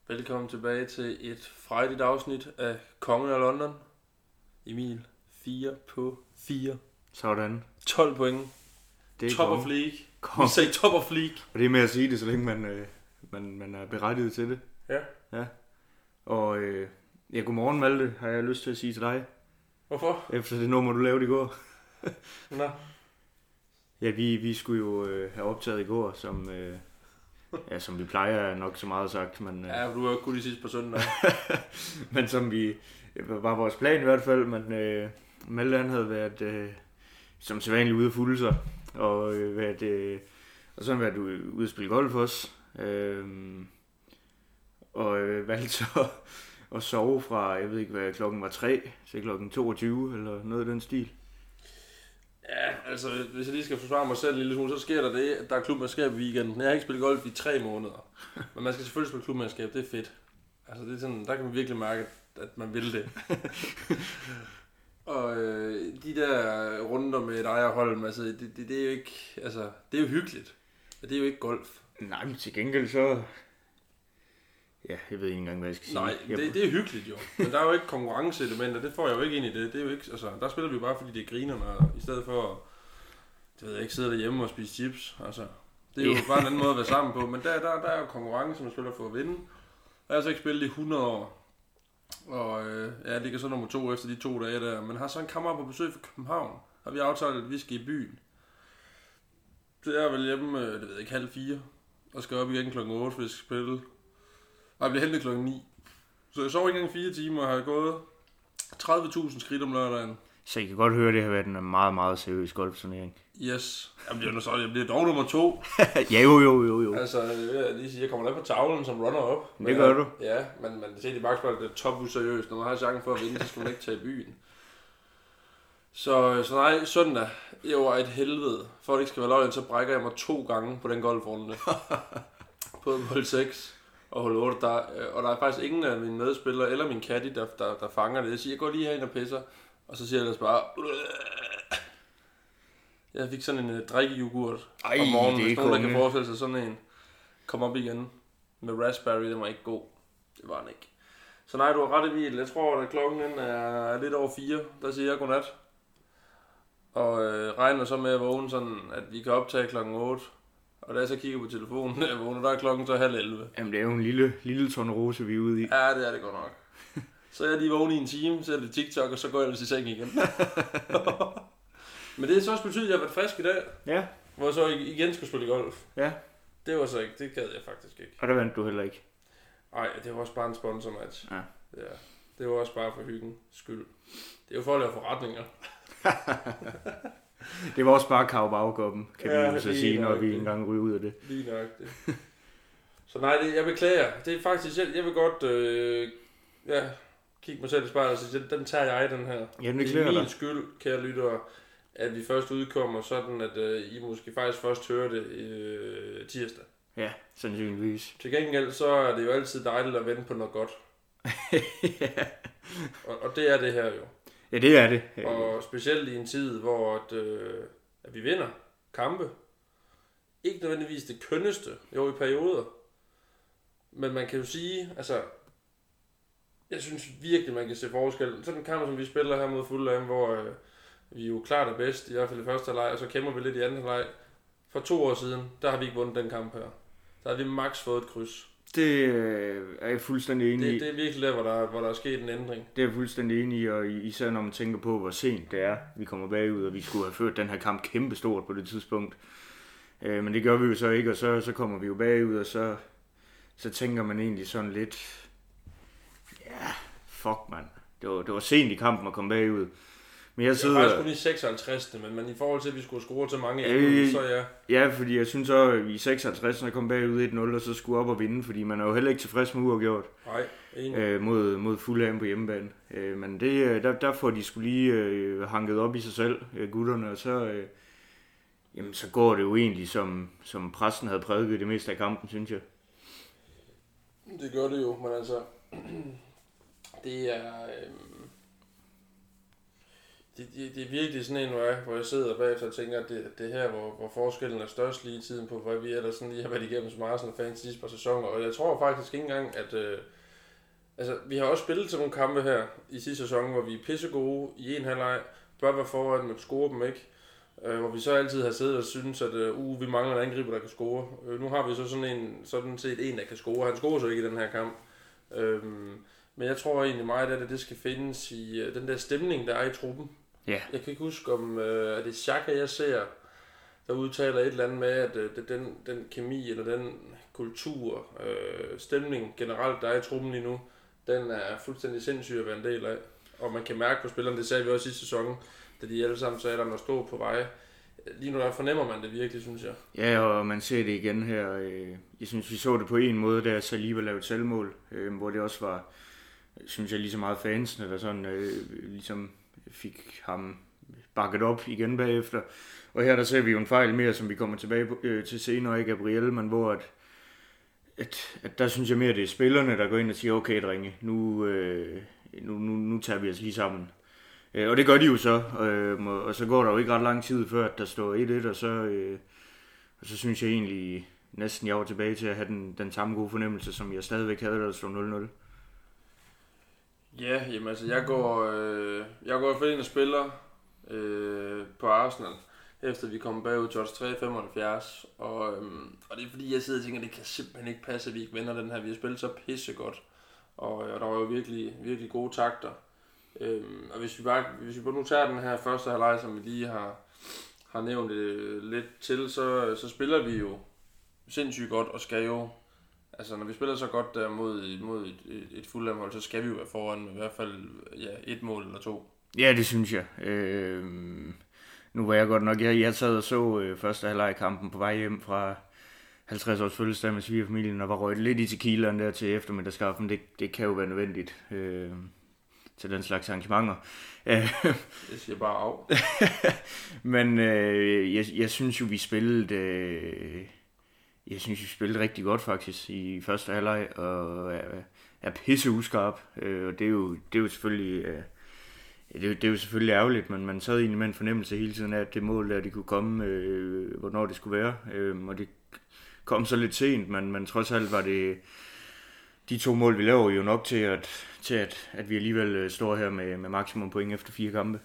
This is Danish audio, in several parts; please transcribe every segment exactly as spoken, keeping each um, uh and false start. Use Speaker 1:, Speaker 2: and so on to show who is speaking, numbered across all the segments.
Speaker 1: Velkommen tilbage til et frejdigt afsnit af Kongen af London. Emil, fire på fire.
Speaker 2: Sådan.
Speaker 1: tolv point.
Speaker 2: Det er
Speaker 1: top
Speaker 2: kongen.
Speaker 1: of league.
Speaker 2: Kom.
Speaker 1: Vi sagde top of league.
Speaker 2: Og det er med at sige det, så længe man, øh, man, man er berettiget til det.
Speaker 1: Ja.
Speaker 2: Ja. Og øh, ja, godmorgen Malte, har jeg lyst til at sige til dig.
Speaker 1: Hvorfor?
Speaker 2: Efter det nummer, du lavede i går.
Speaker 1: Nå.
Speaker 2: Ja, vi, vi skulle jo øh, have optaget i går, som, øh, ja, som vi plejer nok så meget sagt. Men, øh,
Speaker 1: Ja, du har jo kun de sidste på søndag.
Speaker 2: men som vi, var vores plan i hvert fald. Men øh, Malte han havde været øh, som sædvanligt ude at fulde sig. Og, øh, været, øh, og så har han været ude at spille golf også. Øh, og øh, valgte så at sove fra, jeg ved ikke hvad klokken var tre, til klokken toogtyve eller noget af den stil.
Speaker 1: Ja, altså hvis jeg lige skal forsvare mig selv en lille smule, så sker der det, at der er klubmandskab i weekenden. Jeg har ikke spillet golf i tre måneder, men man skal selvfølgelig spille klubmandskab, det er fedt. Altså det er sådan, der kan man virkelig mærke, at man vil det. Og øh, de der runder med et ejerhold, altså det, det, det er jo ikke, altså det er jo hyggeligt, men det er jo ikke golf.
Speaker 2: Nej, men til gengæld så, ja, jeg ved ikke engang hvad jeg skal sige.
Speaker 1: Nej, det, det er hyggeligt jo, men der er jo ikke konkurrenceelementer, det får jeg jo ikke ind i det. Det er jo ikke, altså der spiller vi jo bare fordi det er grinerne, i stedet for at, det ved jeg ikke, sidde derhjemme og spise chips, altså. Det er jo bare en anden måde at være sammen på, men der, der, der er jo konkurrence, man spiller for at vinde. Jeg har altså ikke spillet i hundrede år, og øh, ja, det ligger så nummer to efter de to dage der. Men har så en kammerat på besøg fra København, og vi har aftalt, at vi skal i byen. Så jeg er vel hjemme, øh, det ved jeg ikke, halv fire, og skal op igen klokken otte, hvis jeg skal spille. Og jeg bliver hentet klokken ni. Så jeg sover ikke engang fire timer, og har gået tredive tusind skridt om lørdagen.
Speaker 2: Så I kan godt høre, at det har været en meget, meget seriøs golfturnering.
Speaker 1: Yes. Jeg bliver, så, jeg bliver dog nummer to.
Speaker 2: Ja, jo, jo, jo, jo.
Speaker 1: Altså, jeg vil lige sige, jeg kommer der på tavlen som runner-up.
Speaker 2: Det gør du.
Speaker 1: Ja, men man ser i bagspejlet, det er top useriøst. Når man har chancen for at vinde, så skal man ikke tage i byen. Så, så nej, søndag, det var et helvede. For at det ikke skal være løgn, så brækker jeg mig to gange på den golfrunde. Både på hul seks og hul otte. Der, og der er faktisk ingen af mine medspillere eller min caddy, der, der, der fanger det. Jeg siger, jeg går lige herind og pisser. Og så siger jeg ellers bare... Jeg fik sådan en uh, drikkejoghurt
Speaker 2: Ej,
Speaker 1: om morgenen, hvis nogen der
Speaker 2: konge.
Speaker 1: kan forestille sig sådan en. Kom op igen med raspberry, den var ikke god. Det var den ikke. Så nej, du har ret, Emil. Jeg tror, at klokken er lidt over fire. Der siger jeg godnat. Og øh, regner så med at vågne sådan, at vi kan optage klokken otte. Og da jeg så kigger på telefonen, jeg vågner, der er klokken så halv elleve.
Speaker 2: Jamen, det er jo en lille, lille tornerose, vi er ude i.
Speaker 1: Ja, det er det godt nok. Så er jeg lige vågen i en time, så er det TikTok, og så går jeg ellers i seng igen. Men det er så også betydet, at jeg har været frisk i dag.
Speaker 2: Ja.
Speaker 1: Hvor jeg så igen skulle spille golf.
Speaker 2: Ja.
Speaker 1: Det var så ikke, det gad jeg faktisk ikke.
Speaker 2: Og der vandt du heller ikke.
Speaker 1: Nej, det var også bare en sponsormatch.
Speaker 2: Ja.
Speaker 1: Ja. Det var også bare for hyggen skyld. Det er jo for at lave forretninger.
Speaker 2: Det var også bare kavbagkoppen, kan
Speaker 1: Ja,
Speaker 2: vi jo så
Speaker 1: lige
Speaker 2: sige, når
Speaker 1: nok
Speaker 2: vi
Speaker 1: det.
Speaker 2: engang ryger ud af det.
Speaker 1: Lige nok det. Så nej, det, jeg beklager. Det er faktisk, jeg, jeg vil godt øh, ja, kigge mig selv i spejlet og sige, den tager jeg, den her.
Speaker 2: Jamen, det
Speaker 1: det
Speaker 2: klæder
Speaker 1: er min
Speaker 2: dig.
Speaker 1: skyld, kære lyttere, at vi først udkommer sådan, at øh, I måske faktisk først hører det øh, tirsdag.
Speaker 2: Ja, sandsynligvis.
Speaker 1: Til gengæld så er det jo altid dejligt at vente på noget godt.
Speaker 2: Ja.
Speaker 1: Og, og det er det her jo.
Speaker 2: Ja, det er det.
Speaker 1: Og specielt i en tid, hvor at, øh, at vi vinder kampe. Ikke nødvendigvis det kønneste, jo i perioder. Men man kan jo sige, altså, jeg synes virkelig, man kan se forskel. Sådan en kamp, som vi spiller her mod Fulham, hvor øh, vi jo klart er bedst, i hvert fald i første halvleg, og så kæmper vi lidt i anden halvleg. For to år siden, der har vi ikke vundet den kamp her. Der har vi max fået et kryds.
Speaker 2: Det øh, er jeg fuldstændig enig i.
Speaker 1: Det, det er virkelig der, hvor der, hvor der er sket en ændring.
Speaker 2: Det er jeg fuldstændig enig i, og især når man tænker på, hvor sent det er, vi kommer bagud, og vi skulle have ført den her kamp kæmpestort på det tidspunkt. Øh, men det gør vi jo så ikke, og så, så kommer vi jo bagud, og så, så tænker man egentlig sådan lidt, ja, fuck man, det var, det var sent i kampen at komme bagud. Men jeg sidder...
Speaker 1: Det var faktisk kun i seksoghalvtreds. Men, men i forhold til, at vi skulle score til mange
Speaker 2: øh,
Speaker 1: endnu, så ja.
Speaker 2: Ja, fordi jeg synes så, at vi i seksoghalvtreds kom bagud et nul, og så skulle op og vinde, fordi man er jo heller ikke tilfreds med uafgjort.
Speaker 1: Nej, enig.
Speaker 2: Øh, mod, mod Fulham på hjemmebane. Øh, men det, der, der får de skulle lige øh, hanket op i sig selv, øh, gutterne, og så, øh, jamen, så går det jo egentlig, som, som præsten havde prædiket det meste af kampen, synes jeg.
Speaker 1: Det gør det jo, men altså, det er, øh, det, det, det er virkelig sådan en, hvor jeg, hvor jeg sidder bagefter og tænker, at det, det her, hvor, hvor forskellen er størst lige i tiden på, hvad vi ellers sådan lige har været igennem som Arsenal-fans sidste par sæsoner. Og jeg tror faktisk ikke engang, at... Øh, altså, vi har også spillet til nogle kampe her i sidste sæson, hvor vi er pissegode i en halvleg, bør være foran, men scorer dem ikke. Øh, hvor vi så altid har siddet og synes, at øh, uh, vi mangler en angriber, der kan score. Øh, nu har vi så sådan, en, sådan set en, der kan score. Han scorer så ikke i den her kamp. Øh, men jeg tror egentlig meget, at det skal findes i øh, den der stemning, der er i truppen.
Speaker 2: Yeah.
Speaker 1: Jeg kan ikke huske, om øh, er det Xhaka, jeg ser, der udtaler et eller andet med, at øh, den, den kemi eller den kultur, øh, stemning generelt, der er i truppen lige nu, den er fuldstændig sindssyg at være en del af. Og man kan mærke på spillerne, det sagde vi også i sæsonen, da de alle sammen sagde, at der må stå på vej. Lige nu der fornemmer man det virkelig, synes jeg.
Speaker 2: Ja, og man ser det igen her. Jeg synes, vi så det på en måde, da Saliba lavede selvmål, hvor det også var, synes jeg, lige så meget fansene, der sådan ligesom fik ham bakket op igen bagefter. Og her der ser vi jo en fejl mere, som vi kommer tilbage på, øh, til senere i Gabriel, men hvor at, at, at der synes jeg mere, det er spillerne, der går ind og siger, okay drenge, nu, øh, nu, nu, nu tager vi os lige sammen. Øh, og det gør de jo så, øh, og så går der jo ikke ret lang tid før, at der står et et, og så, øh, og så synes jeg egentlig næsten, jeg var tilbage til at have den, den samme gode fornemmelse, som jeg stadigvæk havde, da der stod nul nul.
Speaker 1: Ja, jamen altså, jeg går, øh, jeg går i hvert fald ind og spiller øh, på Arsenal, efter vi kom bagud til tre femoghalvfjerds, og, øhm, og det er fordi, jeg sidder og tænker, at det kan simpelthen ikke passe, at vi ikke vinder den her. Vi har spillet så pissegodt, og, og der var jo virkelig, virkelig gode takter. Øhm, og hvis vi bare, hvis vi bare nu tager den her første halvleg, som vi lige har, har nævnt øh, lidt til, så, så spiller vi jo sindssygt godt, og skal jo, altså når vi spiller så godt der mod, mod et, et, et Fulham-hold, så skal vi jo være foran med i hvert fald ja, et mål eller to.
Speaker 2: Ja, det synes jeg. Øh... Nu var jeg godt nok, jeg, jeg sad og så øh, første halvleg i kampen på vej hjem fra halvtreds års fødselsdag med svigerfamilien, og var røget lidt i tequilaen der til eftermiddagskaffen. Det, det kan jo være nødvendigt øh, til den slags arrangementer.
Speaker 1: Det siger bare af.
Speaker 2: Men øh, jeg, jeg synes jo, vi spillede, øh, jeg synes, vi spillede rigtig godt faktisk i første halvleg, og er, er pisse uskarp. Øh, og det er jo, det er jo selvfølgelig... Øh, Det er, det er jo selvfølgelig ærgerligt, men man sad egentlig med en fornemmelse hele tiden af, at det mål der, de kunne komme, øh, hvornår det skulle være. Øh, og det kom så lidt sent, men, men trods alt var det de to mål, vi laver jo nok til, at, til at, at vi alligevel står her med, med maksimum point efter fire kampe.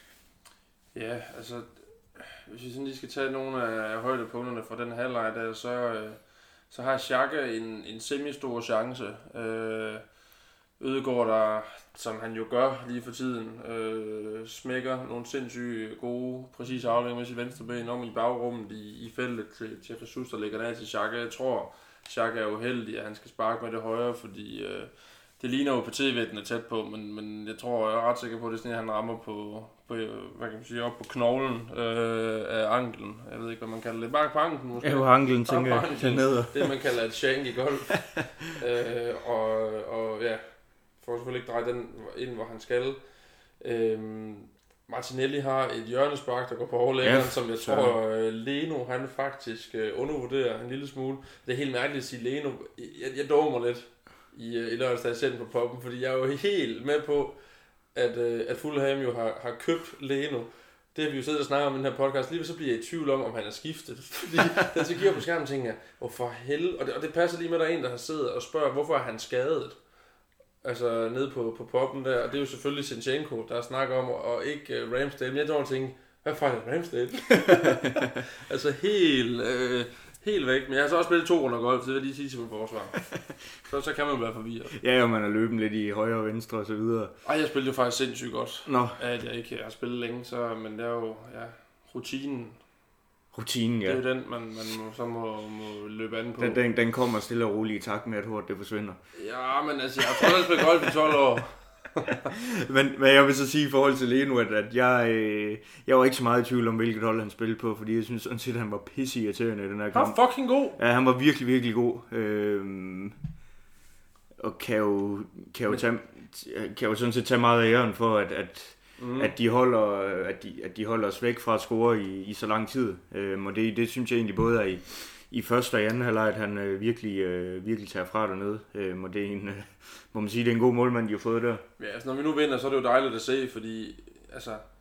Speaker 1: Ja, altså, hvis vi sådan lige skal tage nogle af højdepunkterne fra den halvleg der, så, øh, så har Xhaka en, en semi-stor chance. Øh, Ødegaard, der, som han jo gør lige for tiden, øh, smækker nogle sindssygt gode, præcise aflægninger med sit venstre ben om i bagrummet i, i feltet til, til Jesus, der ligger der til Xhaka. Jeg tror, Xhaka er uheldig, at han skal sparke med det højre, fordi øh, det ligner jo på T V, den er tæt på, men, men jeg tror, jeg er ret sikker på, at det er sådan, at han rammer på, på hvad kan man sige, op på knoglen øh, af anklen. Jeg ved ikke, hvad man kalder det. Bare på anklen måske.
Speaker 2: Ja, på anklen, tænker jeg.
Speaker 1: Det, man kalder et shank i golf. øh, og, og ja, får selvfølgelig ikke dreje den ind, hvor han skal. Øhm, Martinelli har et hjørnespark, der går på overlæggeren, ja, som jeg tror, uh, Leno han faktisk uh, undervurderer en lille smule. Det er helt mærkeligt at sige Leno. Jeg, jeg dover mig lidt i, uh, i lørdags, da jeg sendte på poppen, fordi jeg er jo helt med på, at, uh, at Fulham jo har, har købt Leno. Det har vi jo siddet og snakket om i den her podcast. Lige så bliver jeg i tvivl om, om han er skiftet. Fordi da jeg kigger på skærmen, tænker jeg, hvorfor helvede? Og det, og det passer lige med, at der er en, der har siddet og spørger, hvorfor er han skadet? Altså nede på, på poppen der, og det er jo selvfølgelig Zinchenko, der snakker om, og ikke uh, Ramsdale. Men jeg tror, at tænke, hvad fejler Ramsdale? Altså helt, øh, helt væk. Men jeg har så også spillet to runder golf, så det vil jeg lige sige til min forsvar. Så, så kan man jo være forvirret.
Speaker 2: Ja, og man er løbet lidt i højre og venstre og så videre.
Speaker 1: Ej, jeg spillede jo faktisk sindssygt godt.
Speaker 2: Nå.
Speaker 1: At jeg ikke har spillet længe, så, men det er jo ja, rutinen.
Speaker 2: Rutinen, ja.
Speaker 1: Det er jo den, man, man må, så må, må løbe an på.
Speaker 2: Den, den, den kommer stille og roligt i takt med, at hurtigt det forsvinder.
Speaker 1: Ja, men altså, jeg har trods alt spillet golf i tolv år.
Speaker 2: men, men jeg vil så sige i forhold til Leno, at, at jeg, øh, jeg var ikke så meget i tvivl om, hvilket hold han spillede på, fordi jeg synes sådan set, at han var pisseirriterende i den her kamp.
Speaker 1: Han var fucking god!
Speaker 2: Ja, han var virkelig, virkelig god. Øh, og kan jo, kan, jo tage, kan jo sådan set tage meget af æren for, at, at Mm. At, de holder, at, de, at de holder os væk fra at score i, i så lang tid. Øhm, og det, det synes jeg egentlig både er i, i første og anden halvleg, at han øh, virkelig, øh, virkelig tager fra dernede. Øhm, og det er en, øh, må man sige, det er en god målmand, de har fået der.
Speaker 1: Ja, altså når vi nu vinder, så er det jo dejligt at se, fordi altså,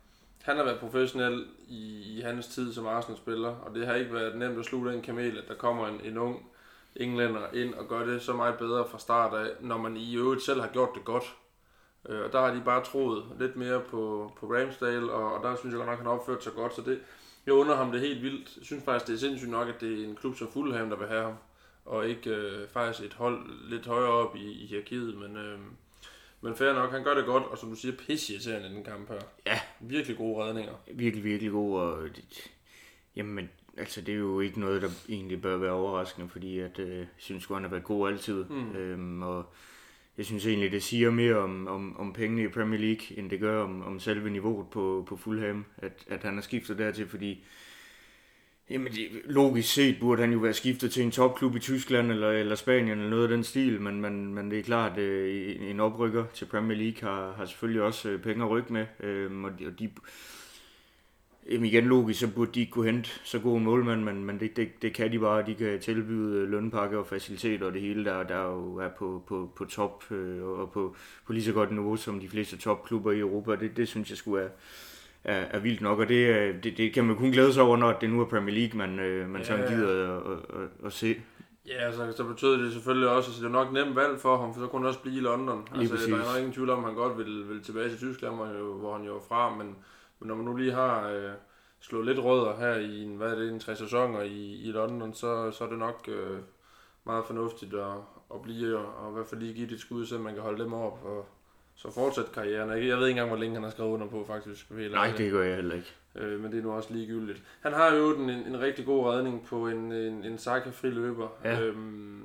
Speaker 1: han har været professionel i, i hans tid som Arsenal-spiller, og det har ikke været nemt at slutte en kamel, at der kommer en, en ung englænder ind og gør det så meget bedre fra start af, når man i øvrigt selv har gjort det godt. Øh, og der har de bare troet lidt mere på, på Ramsdale, og, og der synes jeg godt nok, han har opført sig godt, så det, jeg under ham det helt vildt. Jeg synes faktisk, det er sindssygt nok, at det er en klub som Fulham, der vil have ham, og ikke øh, faktisk et hold lidt højere op i, i hierarkiet, men... Øh, Men fair nok, han gør det godt, og som du siger, pisseirriterende i den kamp her.
Speaker 2: Ja.
Speaker 1: Virkelig gode redninger.
Speaker 2: Virkelig, virkelig gode, og det, jamen, altså det er jo ikke noget, der egentlig bør være overraskende, fordi at, øh, jeg synes godt, han har været god altid. Mm. Øhm, og jeg synes egentlig, det siger mere om, om, om pengene i Premier League, end det gør om, om selve niveauet på, på Fulham, at, at han har skiftet dertil, fordi jamen, logisk set burde han jo være skiftet til en topklub i Tyskland eller, eller Spanien eller noget af den stil, men, men, men det er klart, at en oprykker til Premier League har, har selvfølgelig også penge at rykke med, øhm, og de, og de jamen igen logisk, så burde de ikke kunne hente så gode målmænd, men, men det, det, det kan de bare. De kan tilbyde lønpakke og faciliteter og det hele, der, der jo er på, på, på top øh, og på, på lige så godt niveau som de fleste topklubber i Europa. Det, det synes jeg skulle er Er, er vildt nok, og det, det, det kan man kun glæde sig over, når det nu er Premier League, man, øh, man ja, sådan gider at, at, at, at se.
Speaker 1: Ja, altså, så betyder det selvfølgelig også, at det er nok nemt valg for ham, for så kunne han også blive i London. Altså, der er nok ingen tvivl om, at han godt vil, vil tilbage til Tyskland, hvor han jo er fra, men, men når man nu lige har øh, slået lidt rødder her i en, hvad er det, en tre sæsoner i, i London, så, så er det nok øh, meget fornuftigt at, at blive, og i hvert fald lige give det et skud, så man kan holde dem op, og så fortsætte karrieren. Jeg ved ikke engang, hvor længe han har skrevet under på, faktisk.
Speaker 2: Nej, det gør jeg heller ikke.
Speaker 1: Øh, men det er nu også ligegyldigt. Han har jo en, en rigtig god redning på en, en, en Saka-fri løber. Ja. Øhm,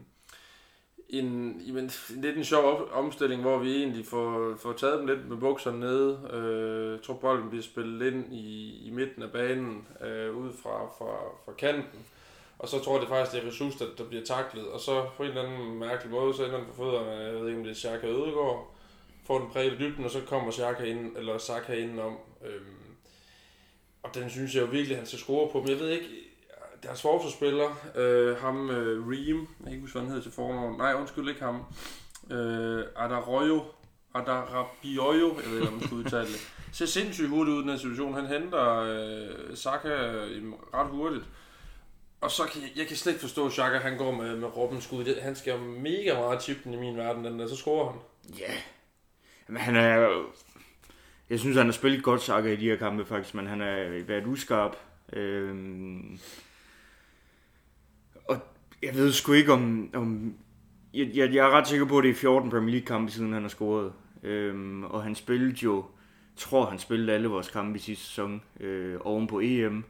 Speaker 1: en, en, lidt en sjov omstilling, hvor vi egentlig får, får taget dem lidt med bukserne nede. Øh, jeg tror, bolden bliver spillet ind i, i midten af banen, øh, ud fra, fra, fra kanten. Og så tror jeg det faktisk, det er Jesus, der, der bliver taklet. Og så på en eller anden mærkelig måde, så ender han på fødderne. Jeg ved ikke, om det er Xhaka Ødegaard. Får den præget i dybden, og så kommer Xhaka ind, eller Saka indenom. Øhm, og den synes jeg jo virkelig, han skal score på. Men jeg ved ikke, deres forsvarsspiller, øh, ham øh, Ream, jeg kan ikke huske, hvad han hedder til fornavn. Nej, undskyld, ikke ham. Øh, Adarroyo, Adarabioyo, jeg ved ikke, om man skal udtale det. Ser sindssygt hurtigt ud i den her situation. Han henter øh, Saka øh, ret hurtigt. Og så kan jeg, jeg kan slet ikke forstå, at Xhaka, han går med, med Robben skud. Han skal mega meget chip den i min verden, den der, så scorer han.
Speaker 2: Ja. Yeah. Men han er, jeg synes han har spillet godt Saka i de her kampe faktisk, men han er været uskarp. Øhm, og jeg ved sgu ikke om, om jeg, jeg, jeg er ret sikker på, at det er fjorten Premier League kampe siden han har scoret. Øhm, og han spillede jo, tror han spillede alle vores kampe i sidste sæson øh, oven på E M.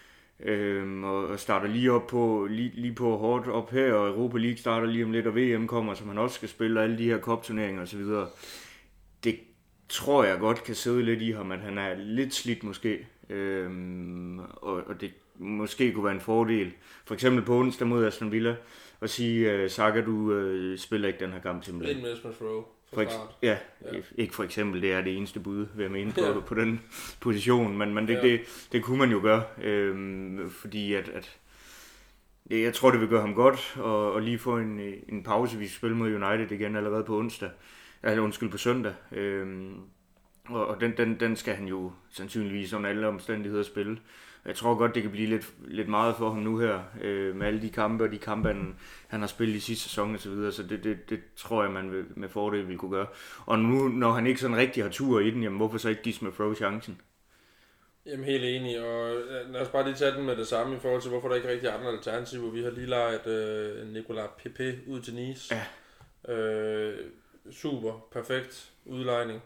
Speaker 2: Øhm, og, og starter lige op på lige, lige på hårdt op her, og Europa League starter lige om lidt, og V M kommer, som han også skal spille, og alle de her cup-turneringer og så videre. Det tror jeg godt kan sidde lidt i ham, at han er lidt slidt måske, øhm, og, og det måske kunne være en fordel. For eksempel på onsdag mod Aston Villa, og sige, uh, Saka, du uh, spiller ikke den her kamp simpelthen.
Speaker 1: Ind med Smith Rowe
Speaker 2: for start. Ja, ja, ikke for eksempel, det er det eneste bud, vil jeg mene på, ja. på den position, men, men det, ja. det, det kunne man jo gøre, øhm, fordi at, at jeg tror, det vil gøre ham godt, og, og lige få en, en pause, vi spiller mod United igen allerede på onsdag. Eller undskyld, på søndag. Øhm, og og den, den, den skal han jo sandsynligvis under alle omstændigheder spille. Jeg tror godt, det kan blive lidt, lidt meget for ham nu her, øh, med alle de kampe og de kampe, han, han har spillet i sidste sæson og så videre. Så det, det, det tror jeg, man vil, med fordel vil kunne gøre. Og nu, når han ikke sådan rigtig har tur i den, jamen hvorfor så ikke give Smith Rowe chancen?
Speaker 1: Jamen helt enig, og lad os bare lige tage den med det samme i forhold til, hvorfor der ikke er rigtig andre alternativer. Vi har lige lejet øh, Nicolas Pepe ud til Nice. Ja. Øh, super, perfekt udlejning.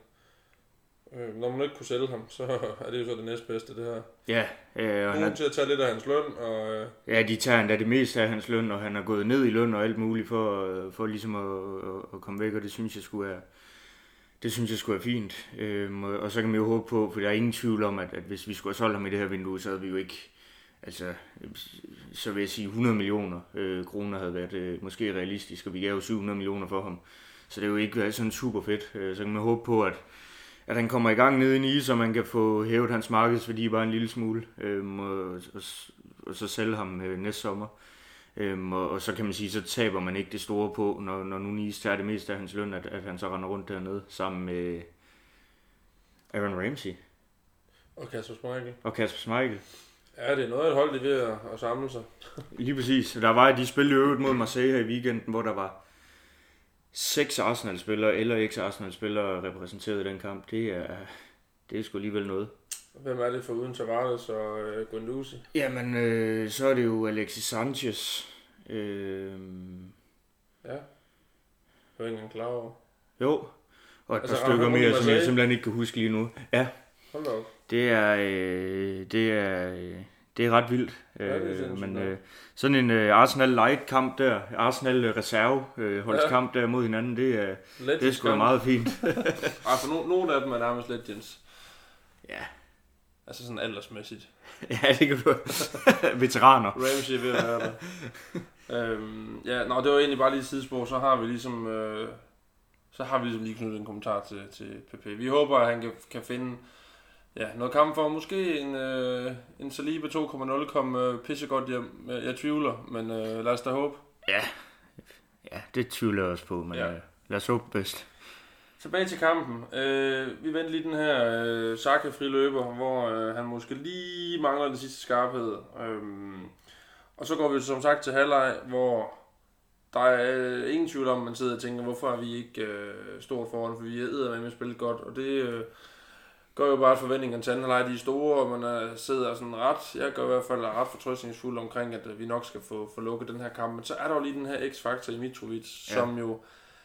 Speaker 1: Øh, når man ikke kunne sælge ham, så er det jo så det næstbedste, det her.
Speaker 2: Ja. Øh,
Speaker 1: Nogen er... til at tage lidt af hans løn. Og, øh...
Speaker 2: Ja, de tager endda det meste af hans løn, og han er gået ned i løn og alt muligt for, for ligesom at, at, at komme væk, og det synes jeg skulle være, det synes jeg skulle være fint. Øh, og så kan man jo håbe på, for der er ingen tvivl om, at, at hvis vi skulle have solgt ham i det her vindue, så havde vi jo ikke, altså, så vil jeg sige hundrede millioner øh, kroner havde været øh, måske realistisk, og vi gav jo syv hundrede millioner for ham. Så det er jo ikke sådan super fedt. Øh, så kan man håbe på, at at han kommer i gang nede i Nice, så man kan få hævet hans markedsværdi bare en lille smule, øhm, og, og, og så sælge ham øh, næste sommer. Øhm, og, og så kan man sige, så taber man ikke det store på, når, når nu Nice tager det meste af hans løn, at, at han så render rundt dernede sammen med Aaron Ramsey.
Speaker 1: Og Kasper Schmeichel.
Speaker 2: Og Kasper Schmeichel.
Speaker 1: Ja, det er noget, at holde det ved at, at samle sig.
Speaker 2: Lige præcis. Der var de spil i øvrigt mod Marseille her i weekenden, hvor der var seks Arsenal-spillere eller eks-Arsenal-spillere repræsenteret i den kamp. Det er, det er sgu alligevel noget.
Speaker 1: Hvem er det for uden Tavares og øh, Guendouzi?
Speaker 2: Jamen, øh, så er det jo Alexis Sanchez. Øh...
Speaker 1: Ja. Jeg er ikke engang klar over.
Speaker 2: Jo. Og et
Speaker 1: altså,
Speaker 2: par stykker mere, som jeg simpelthen ikke kan huske lige nu. Ja.
Speaker 1: Hold da op.
Speaker 2: Det er, øh, det er, øh, det er ret vildt. Ja, det er men øh, sådan en øh, Arsenal light kamp der, Arsenal reserve øh, holdskamp ja. Der mod hinanden, det er, det er sgu meget fint.
Speaker 1: altså, no, nogle af dem er nærmest Legends.
Speaker 2: Ja.
Speaker 1: Altså sådan aldersmæssigt.
Speaker 2: Ja, det kan du. Veteraner.
Speaker 1: Ramsey ved at være der. øhm, ja, nå, det var egentlig bare lige et sidespor, så har vi ligesom, øh, så har vi ligesom lige knyttet en kommentar til, til P P. Vi håber, at han kan, kan finde ja, noget kamp for. Måske en, øh, en Saliba to punkt nul kom øh, pissegodt hjem. Jeg tvivler, men øh, lad os da håbe.
Speaker 2: Ja, ja det tvivler jeg også på, men ja. øh, lad os håbe bedst.
Speaker 1: Tilbage til kampen. Øh, vi venter lige den her øh, Saka-fri løber, hvor øh, han måske lige mangler den sidste skarphed. Øh, og så går vi som sagt til halvleg, hvor der er øh, ingen tvivl om, at man sidder og tænker, hvorfor er vi ikke øh, stort foran, for vi er eddermame med at spille godt. Og det øh, gør jo bare, at forventningerne til anden halvleg, de er store, og man er, sidder sådan ret, jeg gør i hvert fald ret fortrøstningsfuld omkring, at øh, vi nok skal få, få lukket den her kamp. Men så er der jo lige den her X-faktor i Mitrovic, ja. Som jo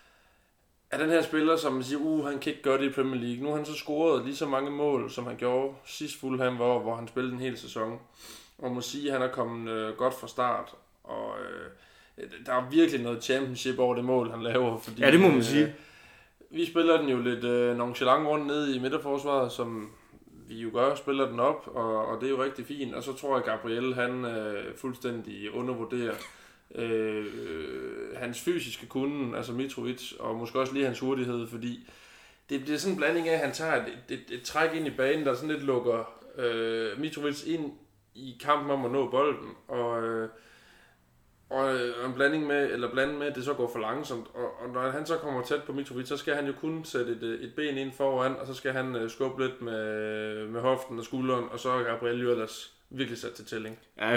Speaker 1: er den her spiller, som man siger, uh, han kan ikke gøre det i Premier League. Nu har han så scoret lige så mange mål, som han gjorde sidst Fulham var, hvor han spillede en hel sæson. Og må sige, at han er kommet øh, godt fra start. Og øh, der er virkelig noget championship over det mål, han laver. Fordi,
Speaker 2: ja, det må man sige.
Speaker 1: Øh, vi spiller den jo lidt øh, nonchalant rundt ned i midterforsvaret, som vi jo gør, spiller den op, og, og det er jo rigtig fint. Og så tror jeg, Gabriel, han øh, fuldstændig undervurderer Øh, øh, hans fysiske kunde, altså Mitrovic, og måske også lige hans hurtighed, fordi det bliver sådan en blanding af, at han tager et, et, et, et træk ind i banen, der sådan lidt lukker øh, Mitrovic ind i kampen om at nå bolden, og, øh, og en blanding med, eller blanding med, at det så går for langsomt, og, og når han så kommer tæt på Mitrovic, så skal han jo kun sætte et, et ben ind foran, og så skal han øh, skubbe lidt med, med hoften og skulderen, og så er Gabriel jo ellers virkelig sat til tælling.
Speaker 2: Ja,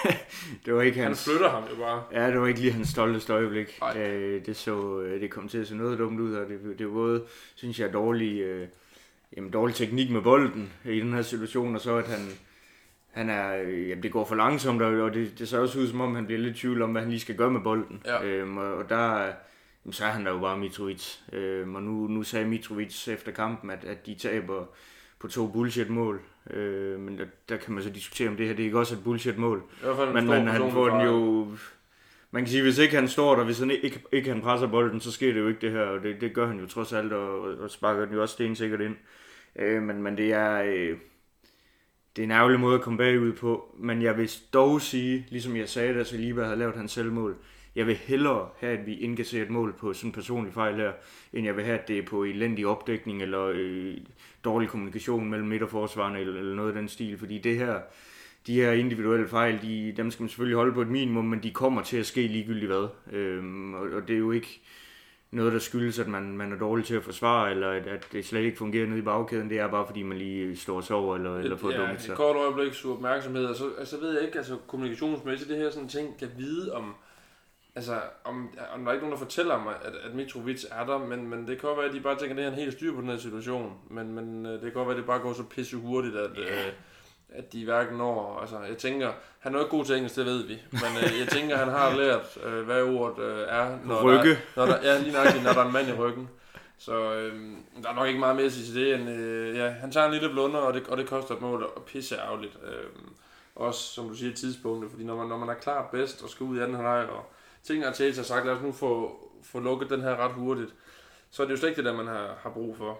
Speaker 2: det var ikke hans...
Speaker 1: Han flytter ham jo bare.
Speaker 2: Ja, det var ikke lige hans stolteste øjeblik. Øh, det så, det kom til at se noget dumt ud, og det, det var både, synes jeg, dårlig, øh, jamen, dårlig teknik med bolden i den her situation, og så at han, han er, jamen, det går for langsomt, og det, det ser også ud som om, han bliver lidt i tvivl om, hvad han lige skal gøre med bolden. Ja. Øhm, og, og der, jamen, så er han der jo bare Mitrovic. Øhm, og nu, nu sagde Mitrovic efter kampen, at, at de taber på to bullshit-mål. Øh, men der, der kan man så diskutere, om det her det er ikke også et bullshit-mål. Men man, han får den jo... Man kan sige, hvis ikke han står der, hvis han ikke, ikke han presser bolden, så sker det jo ikke det her, og det, det gør han jo trods alt, og, og sparker den jo også stensikkert ind. Øh, men, men det er... Øh, det er en ærgerlig måde at komme bagud på, men jeg vil dog sige, ligesom jeg sagde, da Saliba havde lavet hans selvmål, jeg vil hellere have, at vi indkasserer et mål på sådan en personlig fejl her, end jeg vil have, at det er på elendig opdækning eller øh, dårlig kommunikation mellem midterforsvarerne eller, eller noget af den stil. Fordi det her, de her individuelle fejl, de, dem skal man selvfølgelig holde på et minimum, men de kommer til at ske ligegyldigt hvad. Øhm, og, og det er jo ikke noget, der skyldes, at man, man er dårlig til at forsvare, eller at, at det slet ikke fungerer nede i bagkæden. Det er bare, fordi man lige står og sover, eller, eller får
Speaker 1: ja,
Speaker 2: dumt sig.
Speaker 1: Ja, et kort øjeblik så opmærksomhed, og så altså, ved jeg ikke, altså kommunikationsmæssigt, det her sådan ting, kan vide om... Altså, om, om der er ikke nogen, der fortæller mig, at, at Mitrovic er der, men, men det kan godt være, at de bare tænker, at det er en helt styr på den her situation. Men, men det kan godt være, at det bare går så pisse hurtigt, at, yeah. øh, at de hverken når. Altså, jeg tænker, han er jo ikke god til engelsk, det ved vi. Men øh, jeg tænker, han har lært, øh, hvad ordet øh, er. Når
Speaker 2: Rygge.
Speaker 1: Der, når der, ja, lige nok, når der er en mand i ryggen. Så øh, der er nok ikke meget mere at sige til det, end øh, ja, han tager en lille blunder, og det, og det koster et mål, og pisse ærgerligt. Øh, også, som du siger, tidspunktet, fordi når man, når man er klar bedst og skal ud i anden halvleg, og ting har til sig sagt, lad os nu få, få lukket den her ret hurtigt, så er det jo slet ikke det, der man har, har brug for.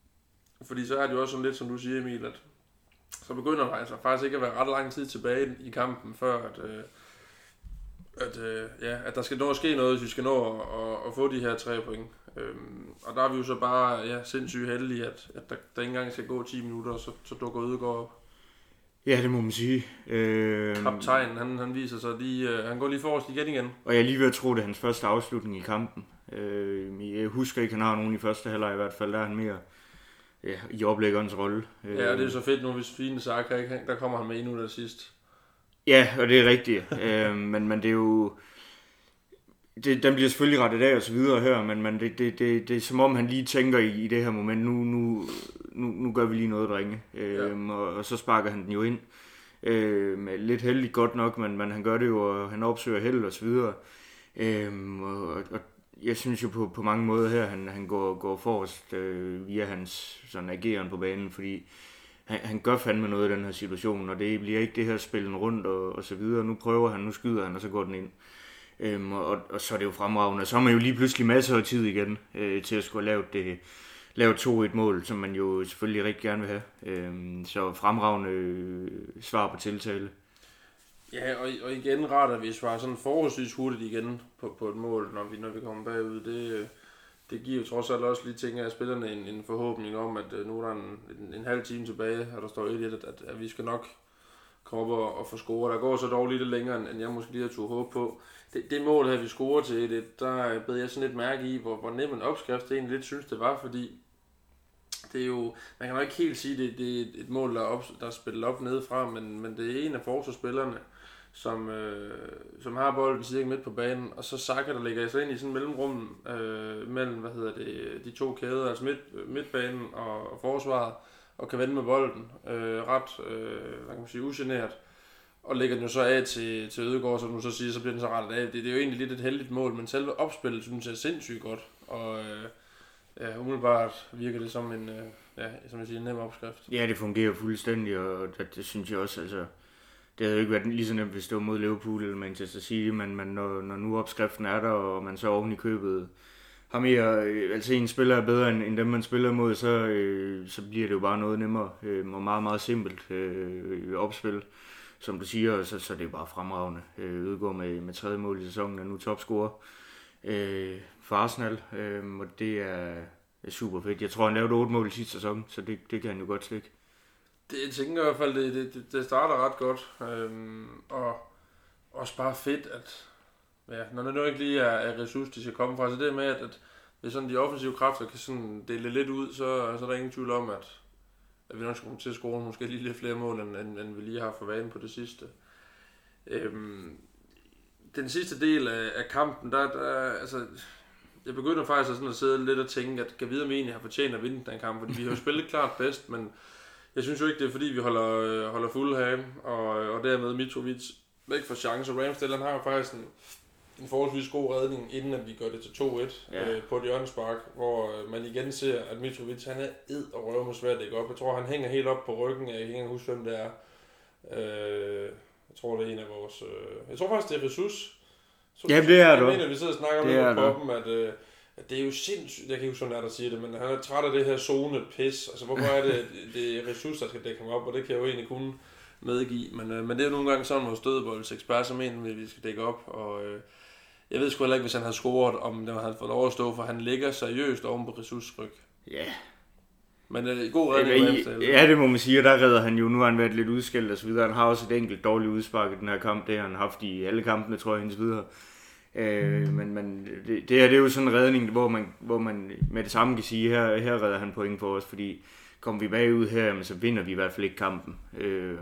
Speaker 1: Fordi så er det jo også sådan lidt, som du siger, Emil, at så begynder der altså faktisk ikke at være ret lang tid tilbage i kampen, før at, øh, at, øh, ja, at der skal nå at ske noget, hvis vi skal nå at, at, at få de her tre point. Øhm, og der er vi jo så bare ja, sindssygt heldige, at, at der, der ikke engang skal gå ti minutter, og så, så dukker Ødegaard op.
Speaker 2: Ja, det må man sige. Øh...
Speaker 1: Kaptajnen, han, han viser sig lige, øh, han går lige forrest igen igen.
Speaker 2: Og jeg er lige ved at tro, det er hans første afslutning i kampen. Øh, jeg husker ikke, han har nogen i første halvleg i hvert fald, der er han mere, ja, i oplæggerens rolle.
Speaker 1: Ja, og det er så fedt nu, hvis fine Saka ikke, der kommer han med endnu der sidst.
Speaker 2: Ja, og det er rigtigt. øh, men, men det er jo... Det, den bliver selvfølgelig rettet af og så videre her, men, men det, det, det, det er som om han lige tænker i, i det her moment, nu, nu, nu, nu gør vi lige noget, drenge. Øh, ja. og, og så sparker han den jo ind. Øh, lidt heldigt godt nok, men, men han gør det jo, og han opsøger held og så videre. Øh, og, og jeg synes jo på, på mange måder her, han, han går, går forrest øh, via hans sådan ageren på banen, fordi han, han gør fandme noget i den her situation, og det bliver ikke det her spillen rundt og, og så videre. Nu prøver han, nu skyder han, og så går den ind. Øhm, og, og så er det jo fremragende. Så har man jo lige pludselig masser af tid igen øh, til at skulle lave det lave to et mål, som man jo selvfølgelig rigtig gerne vil have. Øhm, så fremragende øh, svar på tiltale.
Speaker 1: Ja, og, og igen rart, at vi svarer sådan forholdsvis hurtigt igen på, på et mål, når vi, når vi kommer bagud. Det, det giver jo trods alt også lige, tænker jeg, spillerne en, en forhåbning om, at nu er der en, en, en halv time tilbage, og der står et et, at, at, at vi skal nok komme op og, og få scoret. Der går så dog lidt længere, end jeg måske lige har turde håbe på. Det, det mål, her vi scorer til et et, der bed jeg sådan lidt mærke i, hvor, hvor nem en opskrift det egentlig lidt synes, det var, fordi det er jo, man kan jo ikke helt sige, det, det er et mål, der er, op, der er spillet op nedefra, men, men det er en af forsvarsspillerne, som, øh, som har bolden cirka midt på banen, og så Saka, der ligger sig ind i sådan en mellemrum øh, mellem, hvad hedder det, de to kæder, altså midt, midtbanen og, og forsvaret, og kan vende med bolden øh, ret, øh, hvad kan man sige, ugeneret, og lægger den jo så af til, til Ødegaard, som du så siger, så bliver den så rettet af. Det, det er jo egentlig lidt et heldigt mål, men selve opspillet synes jeg er sindssygt godt, og øh, ja, umiddelbart virker det som en, øh, ja, som jeg siger, en nem opskrift.
Speaker 2: Ja, det fungerer fuldstændig, og det, det synes jeg også, altså, det havde jo ikke været lige så nemt, hvis det var mod Liverpool eller Manchester City, men, men når, når nu opskriften er der, og man så oven i købet har mere, altså en spiller er bedre end, end dem, man spiller mod, så, øh, så bliver det jo bare noget nemmere, øh, og meget, meget simpelt øh, opspil. Som du siger, så, så det er jo bare fremragende. Øh, Ødegaard med, med tredje mål i sæsonen, er nu topscorer øh, for Arsenal, øh, og det er, er super fedt. Jeg tror, han lavede otte mål i sidste sæson, så det, det kan han jo godt slikke.
Speaker 1: Det, jeg tænker i hvert fald, det, det, det starter ret godt, øhm, og også bare fedt, at ja, når det nu ikke lige er, er ressourcer, de skal komme fra, så det med, at, at hvis sådan de offensive kræfter kan sådan dele lidt ud, så, så er der ingen tvivl om, at at vi nok skal til at score måske lige lidt flere mål, end, end, end vi lige har for vane på det sidste. Øhm, den sidste del af, af kampen, der, der altså, jeg begynder faktisk at, sådan at sidde lidt og tænke, at kan vide, om vi egentlig har fortjent at vinde den kamp, fordi vi har jo spillet klart bedst, men jeg synes jo ikke, det er fordi, vi holder, holder Fulham, og, og dermed Mitrovic væk for chancer. Ramsdale, han har jo faktisk en, en forholdsvis god redning, inden at vi gør det til to et ja. øh, på et hjørnespark, hvor øh, man igen ser, at Mitrovic, han er ed og røv med svært ikke op. Jeg tror, han hænger helt op på ryggen. Jeg kan ikke huske, hvem det er. Øh, jeg tror, det er en af vores... Øh, jeg tror faktisk, det er Jesus.
Speaker 2: Ja, det er du.
Speaker 1: Jeg mener, vi sidder og snakker om det på dem, at, øh, at det er jo sindssygt... Jeg kan ikke huske, hvem der, der siger det, men han er træt af det her zone pis. Altså, hvorfor er det, det er Jesus, der skal dække ham op, og det kan jeg jo egentlig kun medgive. Men, øh, men det er jo nogle gange sådan, vores dødeboldsekspert, som mener, at vi skal dække op, og... Øh, jeg ved sgu heller ikke, hvis han havde scoret, om det havde fået lov at stå, for han ligger seriøst oven på Ressus' ryg.
Speaker 2: Ja.
Speaker 1: Men øh, god redning.
Speaker 2: Ja, ja, det må man sige, og der redder han jo. Nu har han været lidt udskilt og så videre. Han har også et enkelt dårligt udspark i den her kamp. Det har han haft i alle kampene, tror jeg, indtil videre. Øh, men men det, det her det er jo sådan en redning, hvor man, hvor man med det samme kan sige, her, her redder han point for os, fordi kommer vi bagud her, så vinder vi i hvert fald ikke kampen. Øh,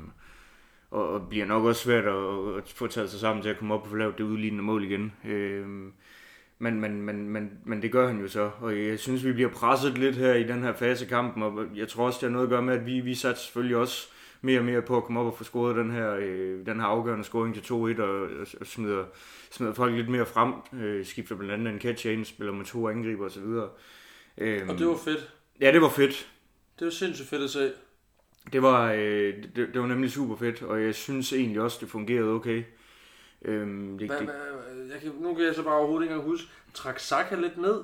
Speaker 2: og bliver nok også svært at, at få taget sig sammen til at komme op og få lavet det udlignende mål igen. Øh, men, men, men, men, men det gør han jo så, og jeg synes, vi bliver presset lidt her i den her fase af kampen, og jeg tror også, det har noget at gøre med, at vi, vi satte selvfølgelig også mere og mere på at komme op og få scoret den her, øh, den her afgørende scoring til to et, og, og, og smider, smider folk lidt mere frem, øh, skifter blandt andet en catch ind, spiller med to angriber osv.
Speaker 1: Øh, og det var fedt.
Speaker 2: Ja, det var fedt.
Speaker 1: Det var sindssygt fedt at se.
Speaker 2: Det var, øh, det, det var nemlig super fedt, og jeg synes egentlig også, det fungerede okay. Øhm, det,
Speaker 1: hva,
Speaker 2: det...
Speaker 1: Hva, jeg kan, nu kan jeg så bare overhovedet ikke engang huske, trak Saka lidt ned?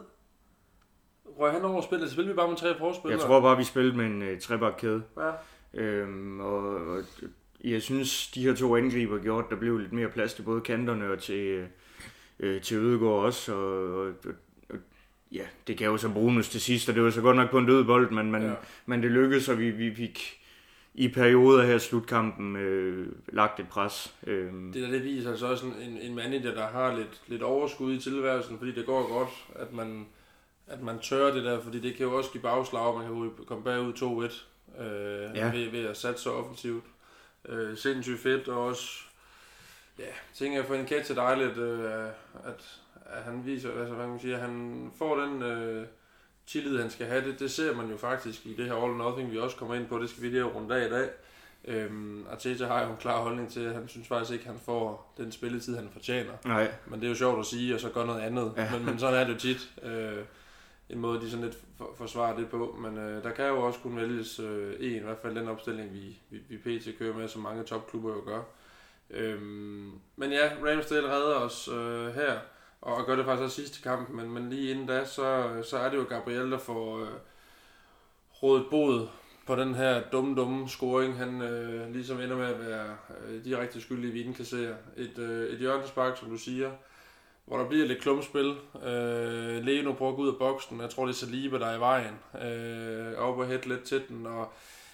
Speaker 1: Røg han over spillet? Spillede vi bare med tre forspillere?
Speaker 2: Jeg tror bare, vi spillede med en øh, trebakkæde.
Speaker 1: Ja.
Speaker 2: Øhm, og, og jeg synes, de her to angriber gjorde, at der blev lidt mere plads til både kanterne og til, øh, til Ødegaard også, og, og, og ja, det gav jo så bonus til sidst, og det var så godt nok på en død bold, men, men, ja. men det lykkedes, og vi, vi fik i perioder her i slutkampen øh, lagt et pres. Øh.
Speaker 1: Det der det viser altså også en, en manager, der har lidt, lidt overskud i tilværelsen, fordi det går godt, at man, at man tør det der, fordi det kan jo også give bagslag, man kan jo komme bagud to et øh, ja. ved, ved at satse så offensivt. Øh, sindssygt fedt, og også, ja, tænker jeg for en Nketiah dejligt, øh, at, at han viser, altså hvad man siger, han får den øh, tillid, han skal have. Det, det ser man jo faktisk i det her All or Nothing, vi også kommer ind på, det skal vi lige runde af i dag. Øhm, Arteta har jo en klar holdning til, at han synes faktisk ikke, at han får den spilletid, han fortjener.
Speaker 2: Nej.
Speaker 1: Men det er jo sjovt at sige, og så gøre noget andet. Ja. Men, men sådan er det jo tit. Øh, en måde, de sådan lidt for, forsvarer det på. Men øh, der kan jo også kunne vælges øh, en, i hvert fald den opstilling, vi, vi, vi pt. Kører med, som mange topklubber jo gør. Øhm, men ja, Ramsdale redder os øh, her, og gør det faktisk også sidste kamp. Men, men lige inden da, så, så er det jo Gabriel, der får øh, rådet bod på den her dumme, dumme scoring. Han øh, ligesom ender med at være øh, direkte skyldig, vi indkasserer. Et, øh, et hjørnespark, som du siger, hvor der bliver lidt klumpspil. Øh, Leno prøver at gå ud af boksen. Jeg tror, det er Saliba, der er i vejen. Øh, op og hæt lidt til den, og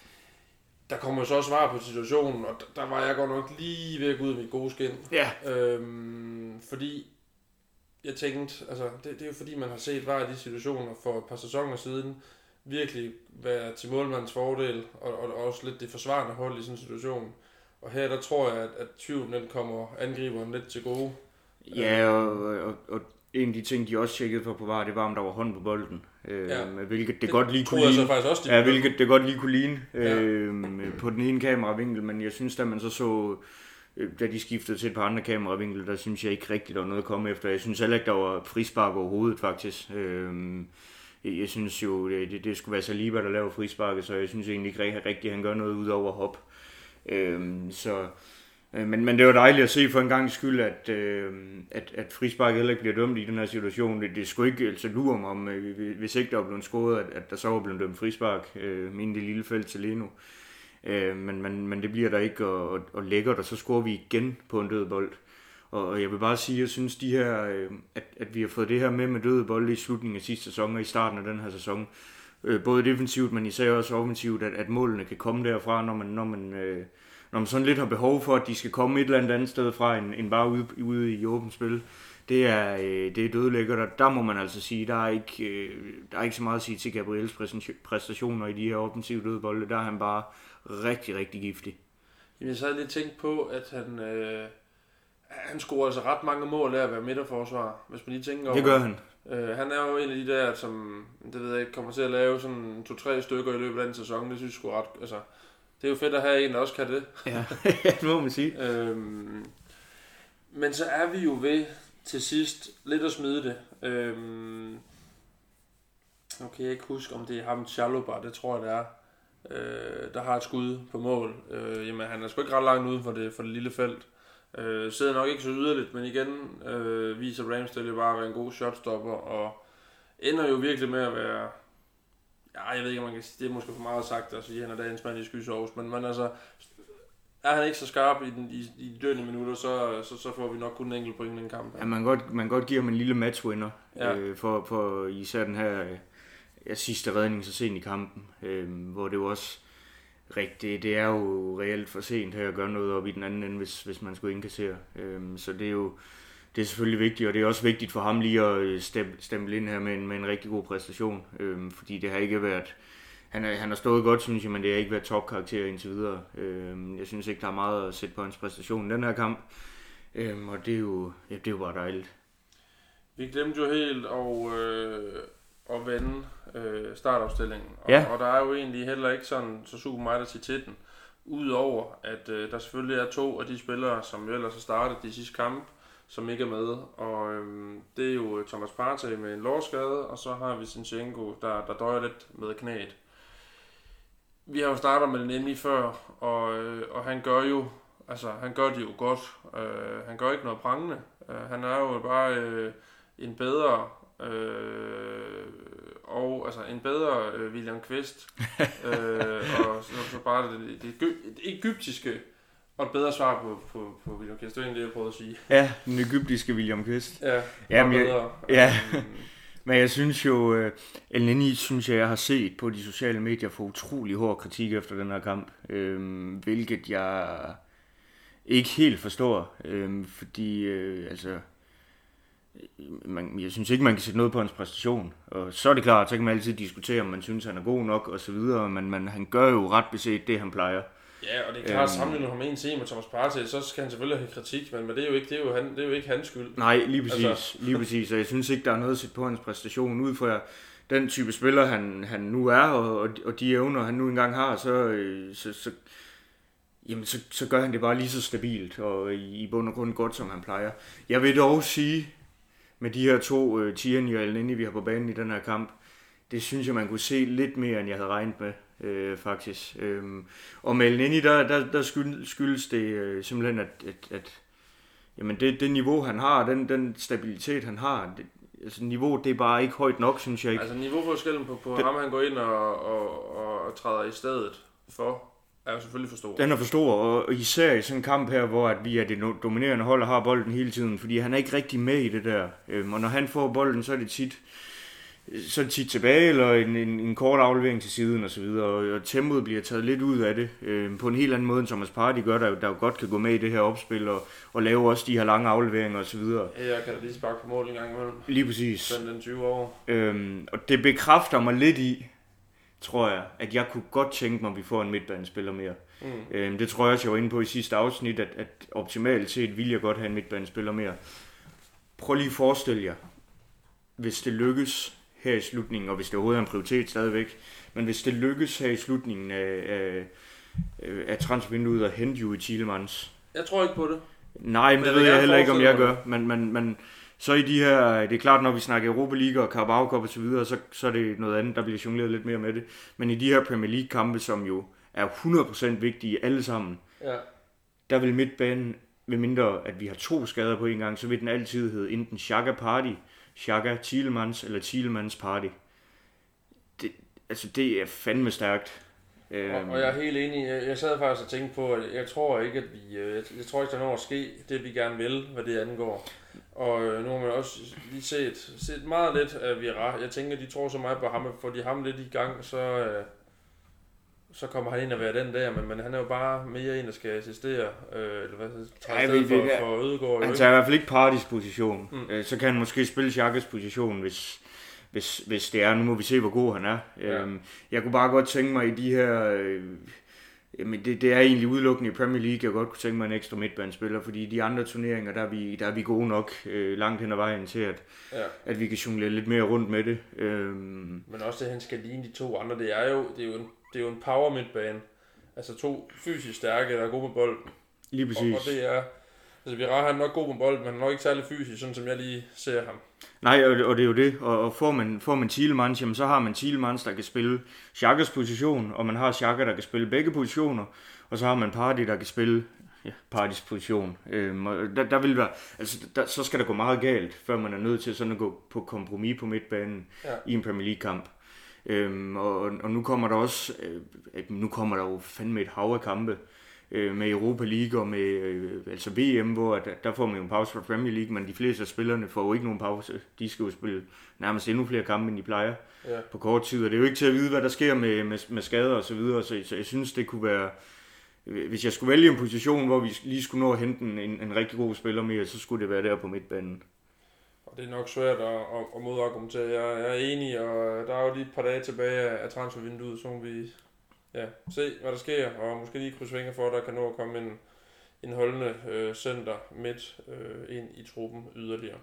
Speaker 1: der kommer jo så også svar på situationen, og der, der var jeg godt nok lige ved at gå ud af mit gode skin.
Speaker 2: Ja.
Speaker 1: Øhm, fordi jeg tænkte, altså det, det er jo fordi, man har set var i de situationer for et par sæsoner siden, virkelig være til målmandens fordel, og, og også lidt det forsvarende hold i sådan en situation. Og her, der tror jeg, at, at tvivlen den kommer angriberen lidt til gode.
Speaker 2: Ja, og, og, og en af de ting, de også tjekkede for på var, det var, om der var hånd på bolden. Øh,
Speaker 1: ja.
Speaker 2: Hvilket det,
Speaker 1: det
Speaker 2: godt lige kunne ligne.
Speaker 1: faktisk også, de
Speaker 2: ja, hvilket det godt lige kunne ligne
Speaker 1: ja.
Speaker 2: øh, på den ene kameravinkel, men jeg synes, da man så så, da de skiftede til et par andre kameravinkler, der synes jeg ikke rigtigt, der var noget at komme efter. Jeg synes heller ikke, der var frispark overhovedet, faktisk. Øh, jeg synes jo, det, det skulle være Saliba, der laver frisparket, så jeg synes egentlig ikke rigtigt, at han gør noget ud over hop. Øh, så... Men, men det var dejligt at se for en gang skyld, at, øh, at, at frisparket heller ikke bliver dømt i den her situation. Det, det skulle ikke altså lure mig om, øh, hvis ikke der var blevet skåret, at, at der så var blevet dømt frispark, øh, inden det lille felt til Leno. Øh, men, men, men det bliver der ikke, og, og, og lækkert, og så scorer vi igen på en død bold. Og jeg vil bare sige, at jeg synes, de her, øh, at, at vi har fået det her med med døde bolde i slutningen af sidste sæson og i starten af den her sæson. Øh, både defensivt, men især også offensivt, at, at målene kan komme derfra, når man... Når man øh, Når man sådan lidt har behov for, at de skal komme et eller andet andet sted fra, end, end bare ude, ude i åbent spil, det er, øh, det er dødelækkert, og der må man altså sige, der er ikke, øh, der er ikke så meget at sige til Gabriels præstationer i de her offensive dødbolde. Der er han bare rigtig, rigtig giftig.
Speaker 1: Jeg så havde lige tænkt på, at han, øh, han scorer altså ret mange mål af at være midterforsvar, hvis man lige tænker over.
Speaker 2: Det gør han.
Speaker 1: Øh, han er jo en af de der, som det ved jeg ikke, kommer til at lave sådan to-tre stykker i løbet af den sæson. Det synes jeg sgu ret, altså... Det er jo fedt at have en, der også kan det.
Speaker 2: Ja, det må man sige.
Speaker 1: øhm, men så er vi jo ved til sidst lidt at smide det. Øhm, nu kan jeg ikke huske, om det er ham Chalobah, det tror jeg det er, øh, der har et skud på mål. Øh, jamen han er sgu ikke ret langt uden for det, for det lille felt. Øh, sidder nok ikke så yderligt, men igen øh, viser Ramsdale jo bare at være en god shotstopper, og ender jo virkelig med at være... Ja, jeg ved ikke, om man kan sige, det er måske for meget sagt at sige, at han er dagens mand i skysovs, men, men altså, er han ikke så skarp i, den, i, i de døende minutter, så, så, så får vi nok kun en enkelt point i den kamp.
Speaker 2: Ja, man kan godt, man kan godt give ham en lille matchwinner,
Speaker 1: ja.
Speaker 2: øh, for, for især den her ja, sidste redning så sent i kampen, øh, hvor det jo også rigtigt, det er jo reelt for sent her at gøre noget op i den anden ende, hvis, hvis man skulle indkassere. Øh, så det er jo det er selvfølgelig vigtigt, og det er også vigtigt for ham lige at stemple ind her med en, med en rigtig god præstation, øh, fordi det har ikke været, han, er, han har stået godt, synes jeg, men det har ikke været topkarakter indtil videre. Øh, jeg synes ikke, der er meget at sætte på hans præstation i den her kamp, øh, og det er, jo, ja, det er jo bare dejligt.
Speaker 1: Vi glemte jo helt at, øh, at vende øh, startopstillingen, og,
Speaker 2: ja.
Speaker 1: og der er jo egentlig heller ikke sådan så super meget at sige til den, udover at øh, der selvfølgelig er to af de spillere, som jo ellers har startet de sidste kampe, som ikke er med, og øhm, det er jo Thomas Partey med en lårskade, og så har vi Zinchenko, der, der døjer lidt med knæet. Vi har jo startet med den endelig før, og, øh, og han gør jo, altså han gør det jo godt. Øh, han gør ikke noget prangende. Øh, han er jo bare øh, en bedre, øh, og altså en bedre øh, William Kvist, øh, og så, så bare det, det, det egyptiske. Og et bedre svar på, på, på William Kvist, det er egentlig det, jeg prøvede at sige.
Speaker 2: Ja, den egyptiske William Kvist.
Speaker 1: Ja,
Speaker 2: Jamen,
Speaker 1: bedre.
Speaker 2: Jeg, ja. Men jeg synes jo, uh, El Neni, synes jeg, jeg har set på de sociale medier for utrolig hård kritik efter den her kamp. Øh, hvilket jeg ikke helt forstår. Øh, fordi, øh, altså, man, jeg synes ikke, man kan sætte noget på hans præstation. Og så er det klart, så kan man altid diskutere, om man synes, han er god nok og så videre, men man, han gør jo ret beset det, han plejer.
Speaker 1: Ja, og det er klart, øhm, sammenlignet ham en scene med Thomas Partey, så skal han selvfølgelig have kritik, men, men det er jo ikke, det er jo, han, det er jo ikke hans skyld.
Speaker 2: Nej, lige præcis,
Speaker 1: altså.
Speaker 2: lige præcis, og jeg synes ikke, der er noget at sætte på hans præstation, ud fra den type spiller, han, han nu er, og, og de evner, han nu engang har, så, så, så, jamen, så, så gør han det bare lige så stabilt, og i, i bund og grund godt, som han plejer. Jeg vil dog sige, med de her to, uh, Tierney og Elneny, vi har på banen i den her kamp, det synes jeg, man kunne se lidt mere, end jeg havde regnet med. Øh, faktisk. Øhm, og med Elneny, der, der, der skyldes, skyldes det øh, simpelthen, at, at, at jamen det, det niveau, han har, den, den stabilitet, han har, det, altså niveau, det er bare ikke højt nok, synes jeg ikke.
Speaker 1: Altså niveauforskellen på, på det, ham, han går ind og, og, og træder i stedet for, er jo selvfølgelig for stor.
Speaker 2: Den er for stor, og især i sådan en kamp her, hvor at vi er det dominerende hold og har bolden hele tiden, fordi han er ikke rigtig med i det der. Øhm, og når han får bolden, så er det tit så er det tit tilbage, eller en, en, en kort aflevering til siden og så videre, og, og tempoet bliver taget lidt ud af det, øh, på en helt anden måde, end Thomas Partey gør, der, der jo godt kan gå med i det her opspil, og, og lave også de her lange afleveringer og så videre.
Speaker 1: Ja, jeg kan da lige sparke på mål en gang imellem.
Speaker 2: Lige præcis.
Speaker 1: Den, den tyve år.
Speaker 2: Øhm, og det bekræfter mig lidt i, tror jeg, at jeg kunne godt tænke mig, at vi får en midtbanespiller mere. Mm. Øhm, det tror jeg også, jeg var inde på i sidste afsnit, at, at optimalt set vil jeg godt have en midtbanespiller mere. Prøv lige at forestille jer, hvis det lykkes her i slutningen, og hvis det overhovedet er en prioritet stadigvæk, men hvis det lykkes her i slutningen af, af, af transfervinduet at hente Youri Tielemans.
Speaker 1: Jeg tror ikke på det.
Speaker 2: Nej, men det ved jeg heller ikke, om jeg gør. Men, men, men så i de her, det er klart, når vi snakker Europa League og Carabao Cup og så videre, så, så er det noget andet, der bliver jongleret lidt mere med det. Men i de her Premier League kampe, som jo er hundrede procent vigtige alle sammen, ja. Der vil midtbanen, ved mindre at vi har to skader på en gang, så vil den altid hedde enten Xhaka Partey, Xhaka Tielemans eller Tielemans Partey. Det, altså det er fandme stærkt.
Speaker 1: Og, og jeg er helt enig. Jeg, jeg sad faktisk og tænkte på, at jeg tror ikke, at vi, jeg, jeg tror ikke, der er noget at ske, det vi gerne vil, hvad det angår. Og nu har man også lige set, set meget lidt af Vieira. Jeg tænker, de tror så meget på ham, får de ham lidt i gang, så, så kommer han ind og være den der, men, men han er jo bare mere en, der skal assistere, øh, eller hvad træde ja, for, for Ødegaard.
Speaker 2: Han tager i hvert fald ikke Partys position. Mm. Så kan han måske spille Xhakas position, hvis, hvis, hvis det er. Nu må vi se, hvor god han er. Ja. Øhm, jeg kunne bare godt tænke mig i de her... Øh, jamen det, det er egentlig udelukkende i Premier League, jeg godt kunne tænke mig en ekstra midtbanespiller, fordi i de andre turneringer, der er vi, der er vi gode nok øh, langt hen ad vejen til, at, ja. At vi kan jonglere lidt mere rundt med det. Øhm.
Speaker 1: Men også det, han skal ligne de to andre, det er jo, det er jo en, det er jo en power midtbane. Altså to fysisk stærke, der er gode med bolden.
Speaker 2: Lige præcis.
Speaker 1: Og, og det er... Altså, Vieira han er nok god med bolden, men han er nok ikke særlig fysisk, sådan som jeg lige ser ham.
Speaker 2: Nej, og det, og det er jo det. Og, og får man, får man Tielemans, jamen, så har man Tielemans, der kan spille Xhakas position, og man har Xhaka, der kan spille begge positioner, og så har man Partey, der kan spille ja, Parteys position. Øhm, og der, der vil være, altså, der, så skal der gå meget galt, før man er nødt til sådan at gå på kompromis på midtbanen ja. I en Premier League-kamp. Øhm, og, og nu kommer der også, øh, nu kommer der jo fandme et hav af kampe, med Europa League og med øh, altså V M, hvor der, der får man jo en pause fra Premier League, men de fleste af spillerne får jo ikke nogen pause. De skal jo spille nærmest endnu flere kampe, end de plejer ja. På kort tid, og det er jo ikke til at vide, hvad der sker med, med, med skader og så videre, så, så jeg synes, det kunne være, hvis jeg skulle vælge en position, hvor vi lige skulle nå at hente en, en rigtig god spiller mere, så skulle det være der på midtbanen.
Speaker 1: Og det er nok svært at, at, at modargumentere. Jeg, jeg er enig, og der er jo lige et par dage tilbage af transfervinduet, så vi ja, se hvad der sker, og måske lige krydse fingre for, at der kan nå at komme en, en holdende øh, center midt øh, ind i truppen yderligere.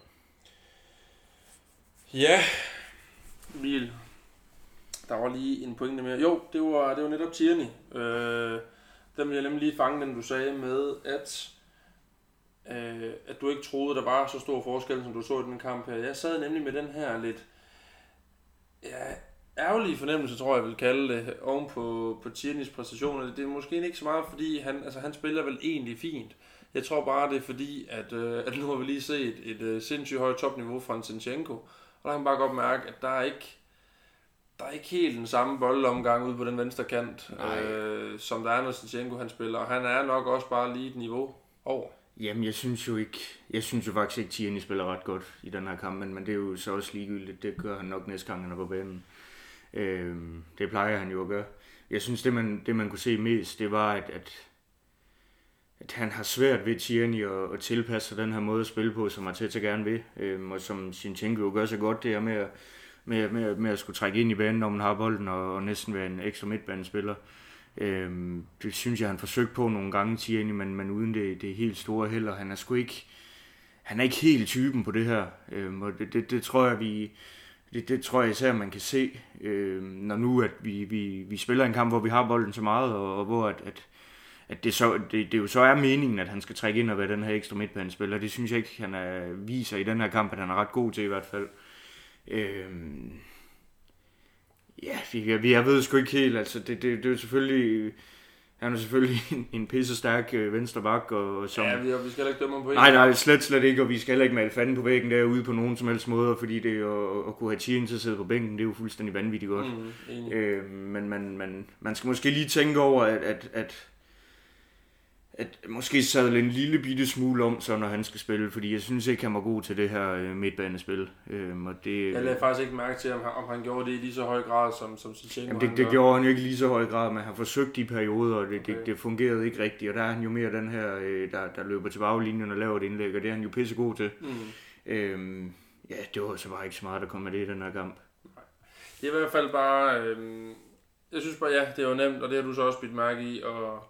Speaker 1: Ja, Emil, der var lige en pointe mere. Jo, det var, det var netop Tierney. Øh, den vil jeg nemlig lige fange, den du sagde med, at, øh, at du ikke troede, der var så stor forskel, som du så i den kamp her. Jeg sad nemlig med den her lidt... Ja, ærgerlige fornemmelse, tror jeg, vil kalde det, oven på, på Tierneys præstationer. Det er måske ikke så meget, fordi han, altså, han spiller vel egentlig fint. Jeg tror bare, det er fordi, at, øh, at nu har vi lige set et, et, et sindssygt højt topniveau fra Zinchenko. Og der kan man bare godt mærke, at der er ikke, der er ikke helt den samme boldomgang ude på den venstre kant, øh, som der er, når Zinchenko han spiller. Og han er nok også bare lige et niveau over.
Speaker 2: Jamen, jeg synes jo ikke, jeg synes jo faktisk ikke, at Tierney spiller ret godt i den her kamp, men, men det er jo så også ligegyldigt. Det gør han nok næste gang, han er på banen. Øh, det plejer han jo at gøre. Jeg synes, det man, det man kunne se mest, det var, at, at, at han har svært ved Tierney at, at tilpasse sig den her måde at spille på, som Arteta gerne vil, øhm, og som Zinchenko jo gør så godt, det her med at, med, med, med at skulle trække ind i banen, når man har bolden, og, og næsten være en ekstra midtbanespiller. Øhm, det synes jeg, han forsøgt på nogle gange, Tierney, men, men uden det, det helt store held, og han er sgu ikke, han er ikke helt typen på det her, øhm, og det, det, det tror jeg, vi... Det, det tror jeg især, man kan se, øh, når nu at vi, vi, vi spiller en kamp, hvor vi har bolden så meget, og, og hvor at, at, at det, så, det, det jo så er meningen, at han skal trække ind og være den her ekstra midtbanespiller. Det synes jeg ikke, han er, viser i den her kamp, at han er ret god til i hvert fald. Øh, ja, vi, jeg ved sgu ikke helt, altså det, det, det er jo selvfølgelig... Han er selvfølgelig en, en pisse stærk øh, venstre bak, og som...
Speaker 1: Ja, vi, vi skal ikke dømme ham på en.
Speaker 2: Nej, nej, slet, slet ikke, og vi skal heller ikke male fanden på væggen derude på nogen som helst måde, fordi det at, at kunne have Tierney til at sidde på bænken, det er jo fuldstændig vanvittigt godt. Mm, øh, men man, man, man skal måske lige tænke over, at, at, at, at måske sadle en lille bitte smule om, så når han skal spille, fordi jeg synes ikke, han var god til det her øh, midtbanespil. Øh, og det,
Speaker 1: jeg lagde faktisk ikke mærke til, om han, om han gjorde det i lige så høj grad, som, som Zinchenko.
Speaker 2: Det, det gjorde han jo ikke lige så høj grad, men han forsøgte i perioder, og det, okay. det, det fungerede ikke rigtigt. Og der er han jo mere den her, øh, der, der løber til baglinjen og laver et indlæg, og det er han jo pissegod til. Mm. Øh, ja, det var så bare ikke smart at komme med det i den her kamp.
Speaker 1: Nej. Det er i hvert fald bare... Øh, jeg synes bare, ja, det er jo nemt, og det har du så også bidt mærke i, og...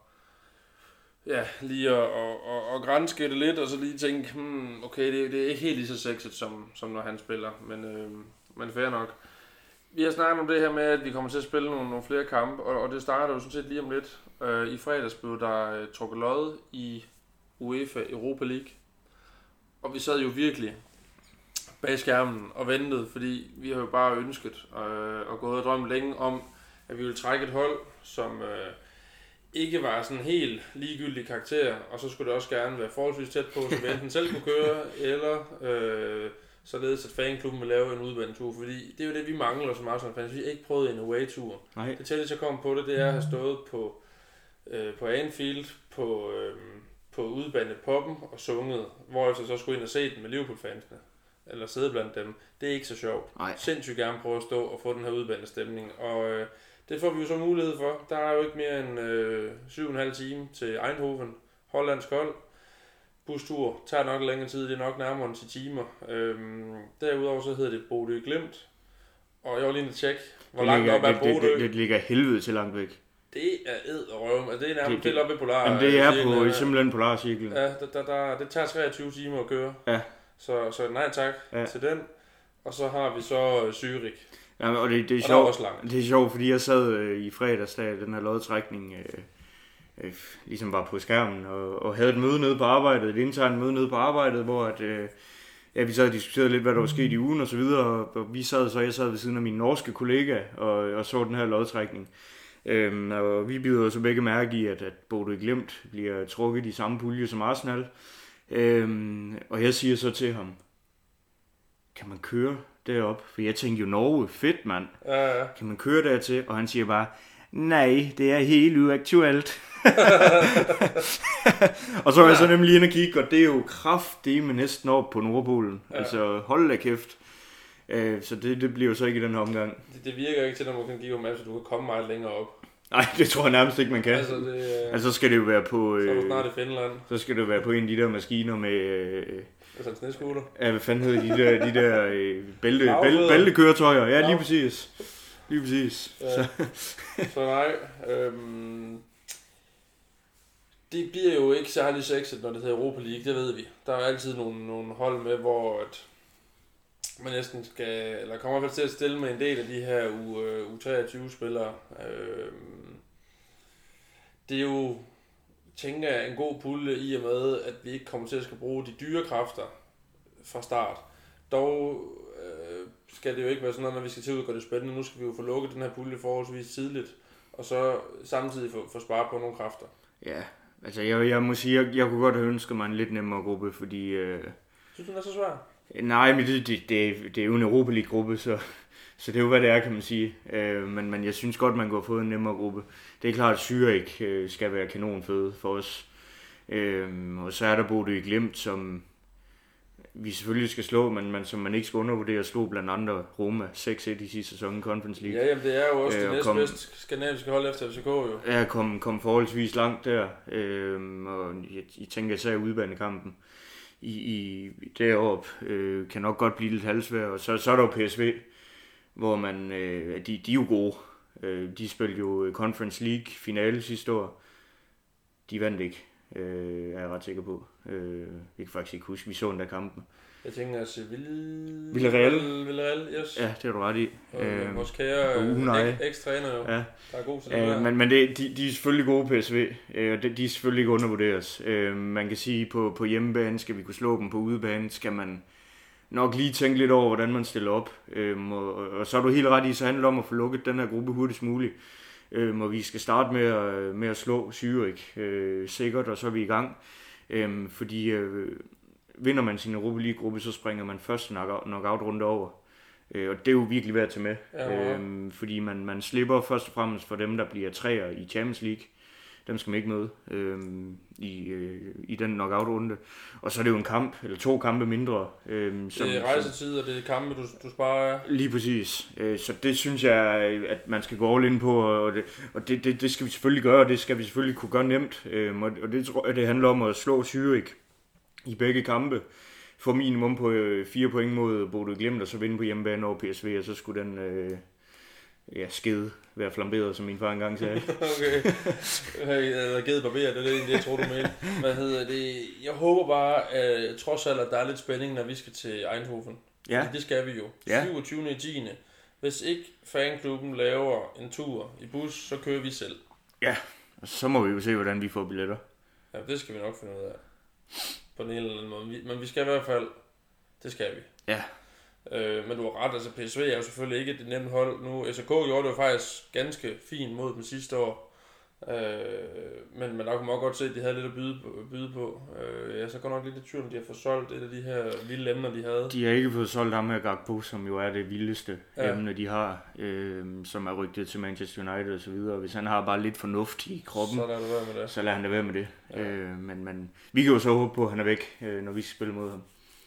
Speaker 1: Ja, lige at, at, at, at grænske det lidt, og så lige tænke, hmm, okay, det, det er ikke helt lige så sexet, som, som når han spiller, men, øh, men fair nok. Vi har snakket om det her med, at vi kommer til at spille nogle, nogle flere kampe, og, og det starter jo sådan set lige om lidt. Øh, I fredags blev der øh, trukket lod i UEFA Europa League, og vi sad jo virkelig bag skærmen og ventede, fordi vi har jo bare ønsket øh, og gået og drømt længe om, at vi ville trække et hold, som... Øh, ikke var sådan helt ligegyldig karakter, og så skulle det også gerne være forholdsvis tæt på, så vi enten selv kunne køre, eller øh, således at fanklubben vil lave en udbanetur, fordi det er jo det, vi mangler som Arsenal-fans. Vi har ikke prøvet en away-tur. Nej. Det tætteste, jeg kom på det, det er at have stået på, øh, på Anfield, på, øh, på udbane Poppen og sunget, hvorefter så skulle ind og se den med Liverpool-fansene, eller sidde blandt dem. Det er ikke så sjovt. Nej. Sindssygt gerne prøve at stå og få den her udbanestemning, og... Øh, det får vi jo så mulighed for. Der er jo ikke mere end øh, syv og en halv time til Eindhoven. Hollandsk hold. Bustur tager nok længere tid. Det er nok nærmere end ti timer. Øhm, derudover så hedder det Bodø Glimt. Og jeg var lige at tjekke, hvor langt op er Bodø.
Speaker 2: Det, det, det ligger helvede til langt væk.
Speaker 1: Det er ed og røv. Altså, det er nærmest helt oppe i Polar.
Speaker 2: Jamen det er på øh, simpelthen Polarcirklen.
Speaker 1: Ja, der, der, der, det tager treogtyve timer at køre. Ja. Så, så nej tak ja. til den. Og så har vi så øh, Zürich.
Speaker 2: Ja, og det, det, er sjovt, det er sjovt, fordi jeg sad øh, i fredags, da den her lodtrækning øh, øh, ligesom var på skærmen, og, og havde et møde nede på arbejdet, et internt møde nede på arbejdet, hvor at, øh, ja, vi sad og diskuterede lidt, hvad der var sket i ugen og så videre, og, og vi sad så, jeg sad ved siden af min norske kollega og, og så den her lodtrækning. Øhm, og vi byder så begge mærke i, at, at Bodø Glimt bliver trukket i samme pulje som Arsenal. Øhm, og jeg siger så til ham, kan man køre derop? For jeg tænkte jo, Norge, fedt mand. Ja, ja. Kan man køre dertil? Og han siger bare, nej, det er helt uaktuelt. Og så var jeg så nemlig ind og kigge, og det er jo kraftedeme næsten op på Nordpolen. Ja. Altså, hold da kæft. Øh, så det, det bliver jo så ikke i den her omgang.
Speaker 1: Det, det virker ikke til, når man kan give maps, at du kan komme meget længere op.
Speaker 2: Nej, det tror jeg nærmest ikke, man kan.
Speaker 1: Altså, det, øh...
Speaker 2: altså så skal det jo være på... Øh...
Speaker 1: Så er du snart i Finland.
Speaker 2: Så skal det jo være på en af de der maskiner med... Øh...
Speaker 1: Altså en snescooter?
Speaker 2: Ja, hvad fanden hedder de der, de der øh, bælte, bælte, bæltekøretøjer? Ja, lige præcis. Lige præcis.
Speaker 1: Ja. Så. så nej. Øhm, det bliver jo ikke særlig sexet, når det hedder Europa League, det ved vi. Der er altid nogle, nogle hold med, hvor at man næsten skal, eller kommer i hvert fald til at stille med en del af de her U treogtyve-spillere. Øhm, det er jo... tænker jeg en god pulje i og med, at vi ikke kommer til at skal bruge de dyre kræfter fra start. Dog øh, skal det jo ikke være sådan noget, når vi skal til ud og gøre det spændende. Nu skal vi jo få lukket den her pulje forholdsvis tidligt, og så samtidig få, få sparet på nogle kræfter.
Speaker 2: Ja, altså jeg, jeg må sige, jeg, jeg kunne godt have ønsket mig en lidt nemmere gruppe, fordi... Øh...
Speaker 1: Synes du, den er så svær?
Speaker 2: Nej, men det, det, det, det er jo en Europa League-gruppe, så... Så det er jo, hvad det er, kan man sige. Øh, men, men jeg synes godt, man kunne have fået en nemmere gruppe. Det er klart, at Zürich øh, skal være kanonføde for os. Øh, og så er der Bodø Glimt, som vi selvfølgelig skal slå, men man, som man ikke skal undervurdere at slå blandt andre Roma seks et i sidste sæson i Conference League.
Speaker 1: Ja, jamen det er jo også øh, det næstbedste skandinaviske hold efter F C K jo.
Speaker 2: Ja, kom, kom forholdsvis langt der, øh, og jeg, jeg tænker især udbanekampen i, i deroppe øh, kan nok godt blive lidt halvsvær, og så, så er der jo P S V, hvor man, øh, de, de er jo gode. Øh, de spillede jo Conference League finale sidste år. De vandt ikke, øh, er jeg ret sikker på. Øh, jeg kan faktisk ikke huske, vi så den der kampen.
Speaker 1: Jeg tænker at Sevilla...
Speaker 2: Villarreal.
Speaker 1: Villarreal, yes.
Speaker 2: Ja, det er du ret i.
Speaker 1: Og øh, vores kære eks-træner jo,
Speaker 2: ja.
Speaker 1: der er god til det
Speaker 2: øh,
Speaker 1: der.
Speaker 2: Men, men det, de, de er selvfølgelig gode P S V, øh, og de, de er selvfølgelig ikke undervurderes. Øh, man kan sige, på på hjemmebane skal vi kunne slå dem, på udebane skal man nok lige tænke lidt over, hvordan man stiller op. Øh, og, og så er du helt ret i, så handler det om at få lukket den her gruppe hurtigst muligt. Øh, og vi skal starte med at, med at slå Zürich øh, sikkert, og så er vi i gang. Øh, fordi øh, vinder man sin Europa League-gruppe, så springer man først knockout-runde over. Øh, og det er jo virkelig værd at tage med. Ja. Øh, fordi man, man slipper først og fremmest for dem, der bliver træer i Champions League. Dem skal man ikke møde øh, i, øh, i den knockout-runde. Og så er det jo en kamp, eller to kampe mindre. Øh, som,
Speaker 1: det er rejsetid, og det er kampe, du, du sparer.
Speaker 2: Lige præcis. Øh, så det synes jeg, at man skal gå all in på, og, det, og det, det, det skal vi selvfølgelig gøre, og det skal vi selvfølgelig kunne gøre nemt. Øh, og det tror jeg, det handler om at slå Zürich i begge kampe. Få minimum på øh, fire point mod Bodø Glimt, og så vinde på hjemmebane over P S V, og så skulle den... Øh, ja, skede være flamberet, som min far engang sagde.
Speaker 1: Okay. Eller gede barberet, det er det egentlig, jeg tror, du mener. Hvad hedder det? Jeg håber bare, at trods alt, at der er lidt spænding, når vi skal til Eindhoven.
Speaker 2: Ja.
Speaker 1: Det skal vi jo.
Speaker 2: Ja.
Speaker 1: syvogtyvende tiende Hvis ikke fanklubben laver en tur i bus, så kører vi selv.
Speaker 2: Ja, og så må vi jo se, hvordan vi får billetter.
Speaker 1: Ja, det skal vi nok finde ud af. På den ene eller anden måde. Men vi skal i hvert fald, det skal vi.
Speaker 2: Ja.
Speaker 1: Øh, men du har ret, altså P S V er jo selvfølgelig ikke et nemt hold nu. S K gjorde det jo faktisk ganske fint mod dem sidste år. Øh, men, men der kunne man godt se, at de havde lidt at byde på. Byde på. Øh, jeg er så godt nok lidt i tvivl, om de har fået solgt et af de her vilde emner, de havde.
Speaker 2: De har ikke fået solgt ham her Gakpo, som jo er det vildeste
Speaker 1: ja.
Speaker 2: emne, de har, øh, som er rygtet til Manchester United og så videre. Hvis han har bare lidt fornuft i kroppen,
Speaker 1: så lader det være med det.
Speaker 2: Så lader han det være med det. Ja. Øh, men, men vi kan jo så håbe på, at han er væk, øh, når vi skal spille mod ham.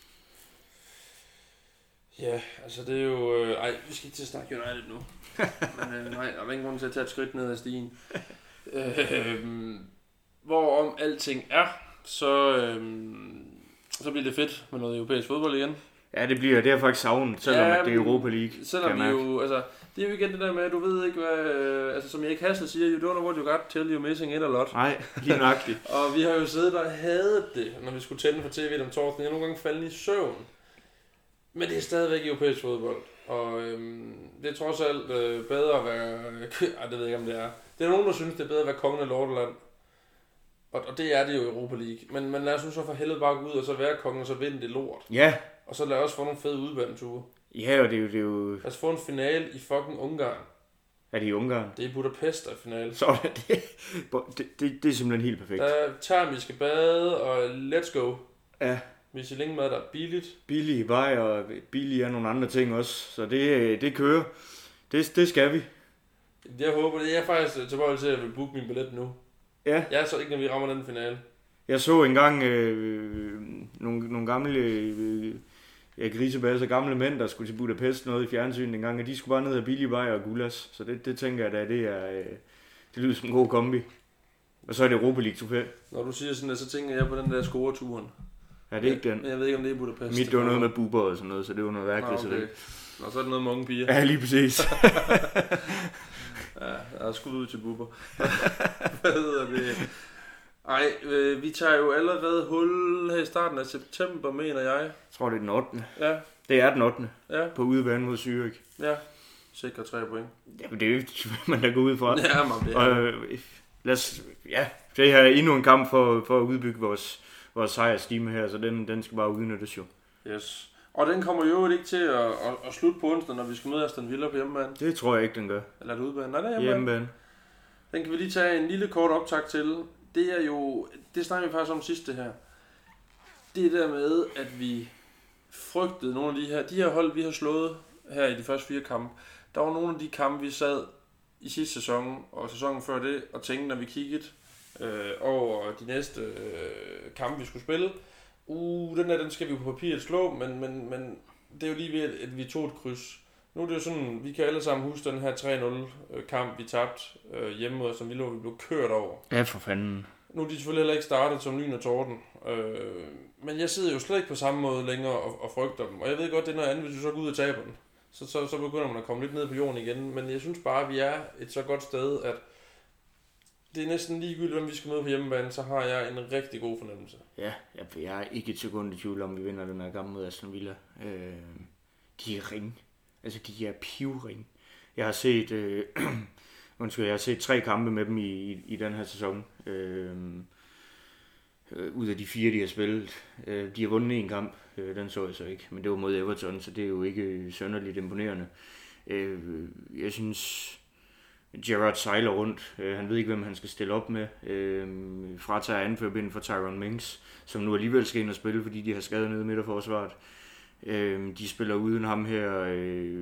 Speaker 1: Ja, altså det er jo... Øh, ej, vi skal ikke til at snakke United nu. Men øh, nej, der er ingen grund til at tage et skridt ned ad stigen. Øh, hvorom alting er, så, øh, så bliver det fedt med noget europæisk fodbold igen.
Speaker 2: Ja, det bliver det er faktisk savnet, selvom ja, det er Europa League.
Speaker 1: Selvom vi jo... Altså, det er jo igen det der med, at du ved ikke, hvad... Øh, altså, som Erik Hassel siger, you don't know what you got till you're missing it a lot.
Speaker 2: Nej, lige nøjagtigt.
Speaker 1: Og vi har jo siddet og hadet det, når vi skulle tænde for T V om torsdagen. Jeg er nogle gange faldet i søvn. Men det er stadigvæk europæisk fodbold, og øhm, det er trods alt øh, bedre at være... Ej, det ved jeg ikke, om det er. Det er nogen, der synes, det er bedre at være kongen af Lorteland. Og, og det er det jo i Europa League. Men, men lad os nu så for helvede bare gå ud og så være kongen, og så vinde det lort.
Speaker 2: Ja.
Speaker 1: Og så lad os få nogle fede udbaneture.
Speaker 2: Ja, og det er jo... Det er jo...
Speaker 1: Lad os få en finale i fucking Ungarn.
Speaker 2: Er det i Ungarn?
Speaker 1: Det er Budapest, der er finale.
Speaker 2: Så det, det, det, det er simpelthen helt perfekt.
Speaker 1: Der er termiske bade, og let's go.
Speaker 2: Ja.
Speaker 1: Michelin-mad, der er billigt.
Speaker 2: Billig vej, og billig er nogle andre ting også. Så det, det kører. Det, det skal vi.
Speaker 1: Jeg håber det. Jeg er faktisk tilbøjelig til at vil booke min billet nu.
Speaker 2: Ja.
Speaker 1: Jeg er så ikke, når vi rammer den finale.
Speaker 2: Jeg så engang øh, nogle, nogle gamle øh, ja, grisebasser, gamle mænd, der skulle til Budapest noget i fjernsynet en gang, og de skulle bare ned af billige vej og gulas. Så det, det tænker jeg da, det er øh, det lyder som en god kombi. Og så er det Europa League trofæ.
Speaker 1: Når du siger sådan, så tænker jeg på den der scoreturen.
Speaker 2: Ja, det er ikke den.
Speaker 1: Men jeg ved ikke, om det er Budapest.
Speaker 2: Mit, det var noget med buber og sådan noget, så det var noget værkeligt.
Speaker 1: Ah, okay. Nå, så er det noget med unge piger.
Speaker 2: Ja, lige præcis.
Speaker 1: Ja, der er skud ud til buber. Hvad hedder det? Ej, øh, vi tager jo allerede hul her i starten af september, mener jeg. Jeg
Speaker 2: tror, det er den ottende
Speaker 1: Ja.
Speaker 2: Det er den ottende
Speaker 1: Ja.
Speaker 2: På udebane mod Zürich.
Speaker 1: Ja. Sikre tre point.
Speaker 2: Jamen, det er jo man der går ud fra.
Speaker 1: Ja, man bliver.
Speaker 2: Og, øh, lad os, ja, det her er endnu en kamp for, for at udbygge vores, vores sejrstime her, så den, den skal bare udnyttes jo.
Speaker 1: Yes. Og den kommer jo ikke til at, at, at slutte på onsdag, når vi skal møde Aston Villa på hjemmebane.
Speaker 2: Det tror jeg ikke, den gør.
Speaker 1: Eller er det udebane? Nej, det er hjemmebane.
Speaker 2: Hjemmebane.
Speaker 1: Den kan vi lige tage en lille kort optag til. Det er jo, det snakker vi faktisk om sidste her. Det der med, at vi frygtede nogle af de her, de her hold, vi har slået her i de første fire kampe. Der var nogle af de kampe, vi sad i sidste sæson og sæsonen før det, og tænkte, når vi kiggede øh, over de næste øh, kampe, vi skulle spille, Uh, den der, den skal vi jo på papiret slå, men, men, men det er jo lige ved, at vi tog et kryds. Nu er det jo sådan, vi kan alle sammen huske den her tre nul kamp, vi tabte øh, hjemme mod, som vi lå, vi blev kørt over.
Speaker 2: Ja, for fanden.
Speaker 1: Nu er de selvfølgelig heller ikke startet som lyn og torden. Øh, men jeg sidder jo slet ikke på samme måde længere og, og frygter dem. Og jeg ved godt, det er noget andet, hvis du så går ud og taber den. Så, så, så begynder man at komme lidt ned på jorden igen. Men jeg synes bare, at vi er et så godt sted, at det er næsten ligegyldigt, hvem vi skal møde på hjemmebane, så har jeg en rigtig god fornemmelse.
Speaker 2: Ja, jeg, jeg er ikke et sekund i tvivl om, vi vinder den her kamp mod Aston Villa. Øh, de er ring. Altså, de er pivring. Jeg har set, øh, undskyld, jeg har set tre kampe med dem i, i, i den her sæson. Øh, øh, ud af de fire, de har spillet. Øh, de har vundet en kamp, øh, den så jeg så ikke, men det var mod Everton, så det er jo ikke synderligt imponerende. Øh, jeg synes, Gerrard sejler rundt. Øh, han ved ikke, hvem han skal stille op med. Øh, fratager anførbinden for Tyrone Mings, som nu alligevel skal ind og spille, fordi de har skadet nede i midterforsvaret. Øh, de spiller uden ham her, øh,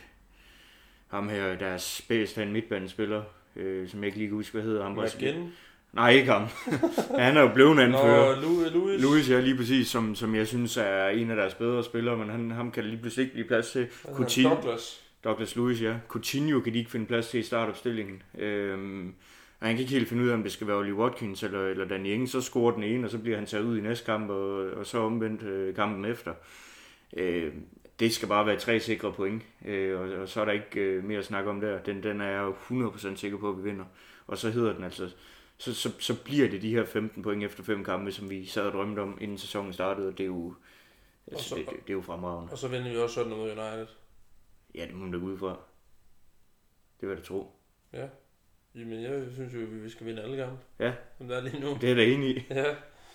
Speaker 2: ham her, deres bedste midtbanespiller, øh, som jeg ikke lige kan huske, hvad hedder ham.
Speaker 1: McGinn?
Speaker 2: Nej, ikke ham. Ja, han er jo blevet anfører.
Speaker 1: Nå, Louis.
Speaker 2: Louis, ja, lige præcis, som, som jeg synes er en af deres bedre spillere, men han, ham kan lige pludselig ikke blive plads til.
Speaker 1: Coutinho. Douglas.
Speaker 2: Douglas Louis, ja. Coutinho kan de ikke finde plads til i startopstillingen. Øhm, og han kan ikke helt finde ud af, om det skal være Oli Watkins eller, eller Danny Ings. Så scorer den ene, og så bliver han taget ud i næste kamp, og, og så omvendt øh, kampen efter. Øh, det skal bare være tre sikre point, øh, og, og så er der ikke øh, mere at snakke om der. Den, den er jeg jo hundrede procent sikker på, at vi vinder. Og så hedder den altså, så, så, så bliver det de her femten point efter fem kampe, som vi sad og drømte om, inden sæsonen startede, og det er jo, altså, så, det, det, det er jo fremragende.
Speaker 1: Og så vinder vi også sådan mod United.
Speaker 2: Ja, det må man da gå ud fra. Det vil jeg da tro.
Speaker 1: Ja, men jeg synes jo, at vi skal vinde alle kampe.
Speaker 2: Ja,
Speaker 1: som der er lige nu.
Speaker 2: Det er da enig i.
Speaker 1: Ja,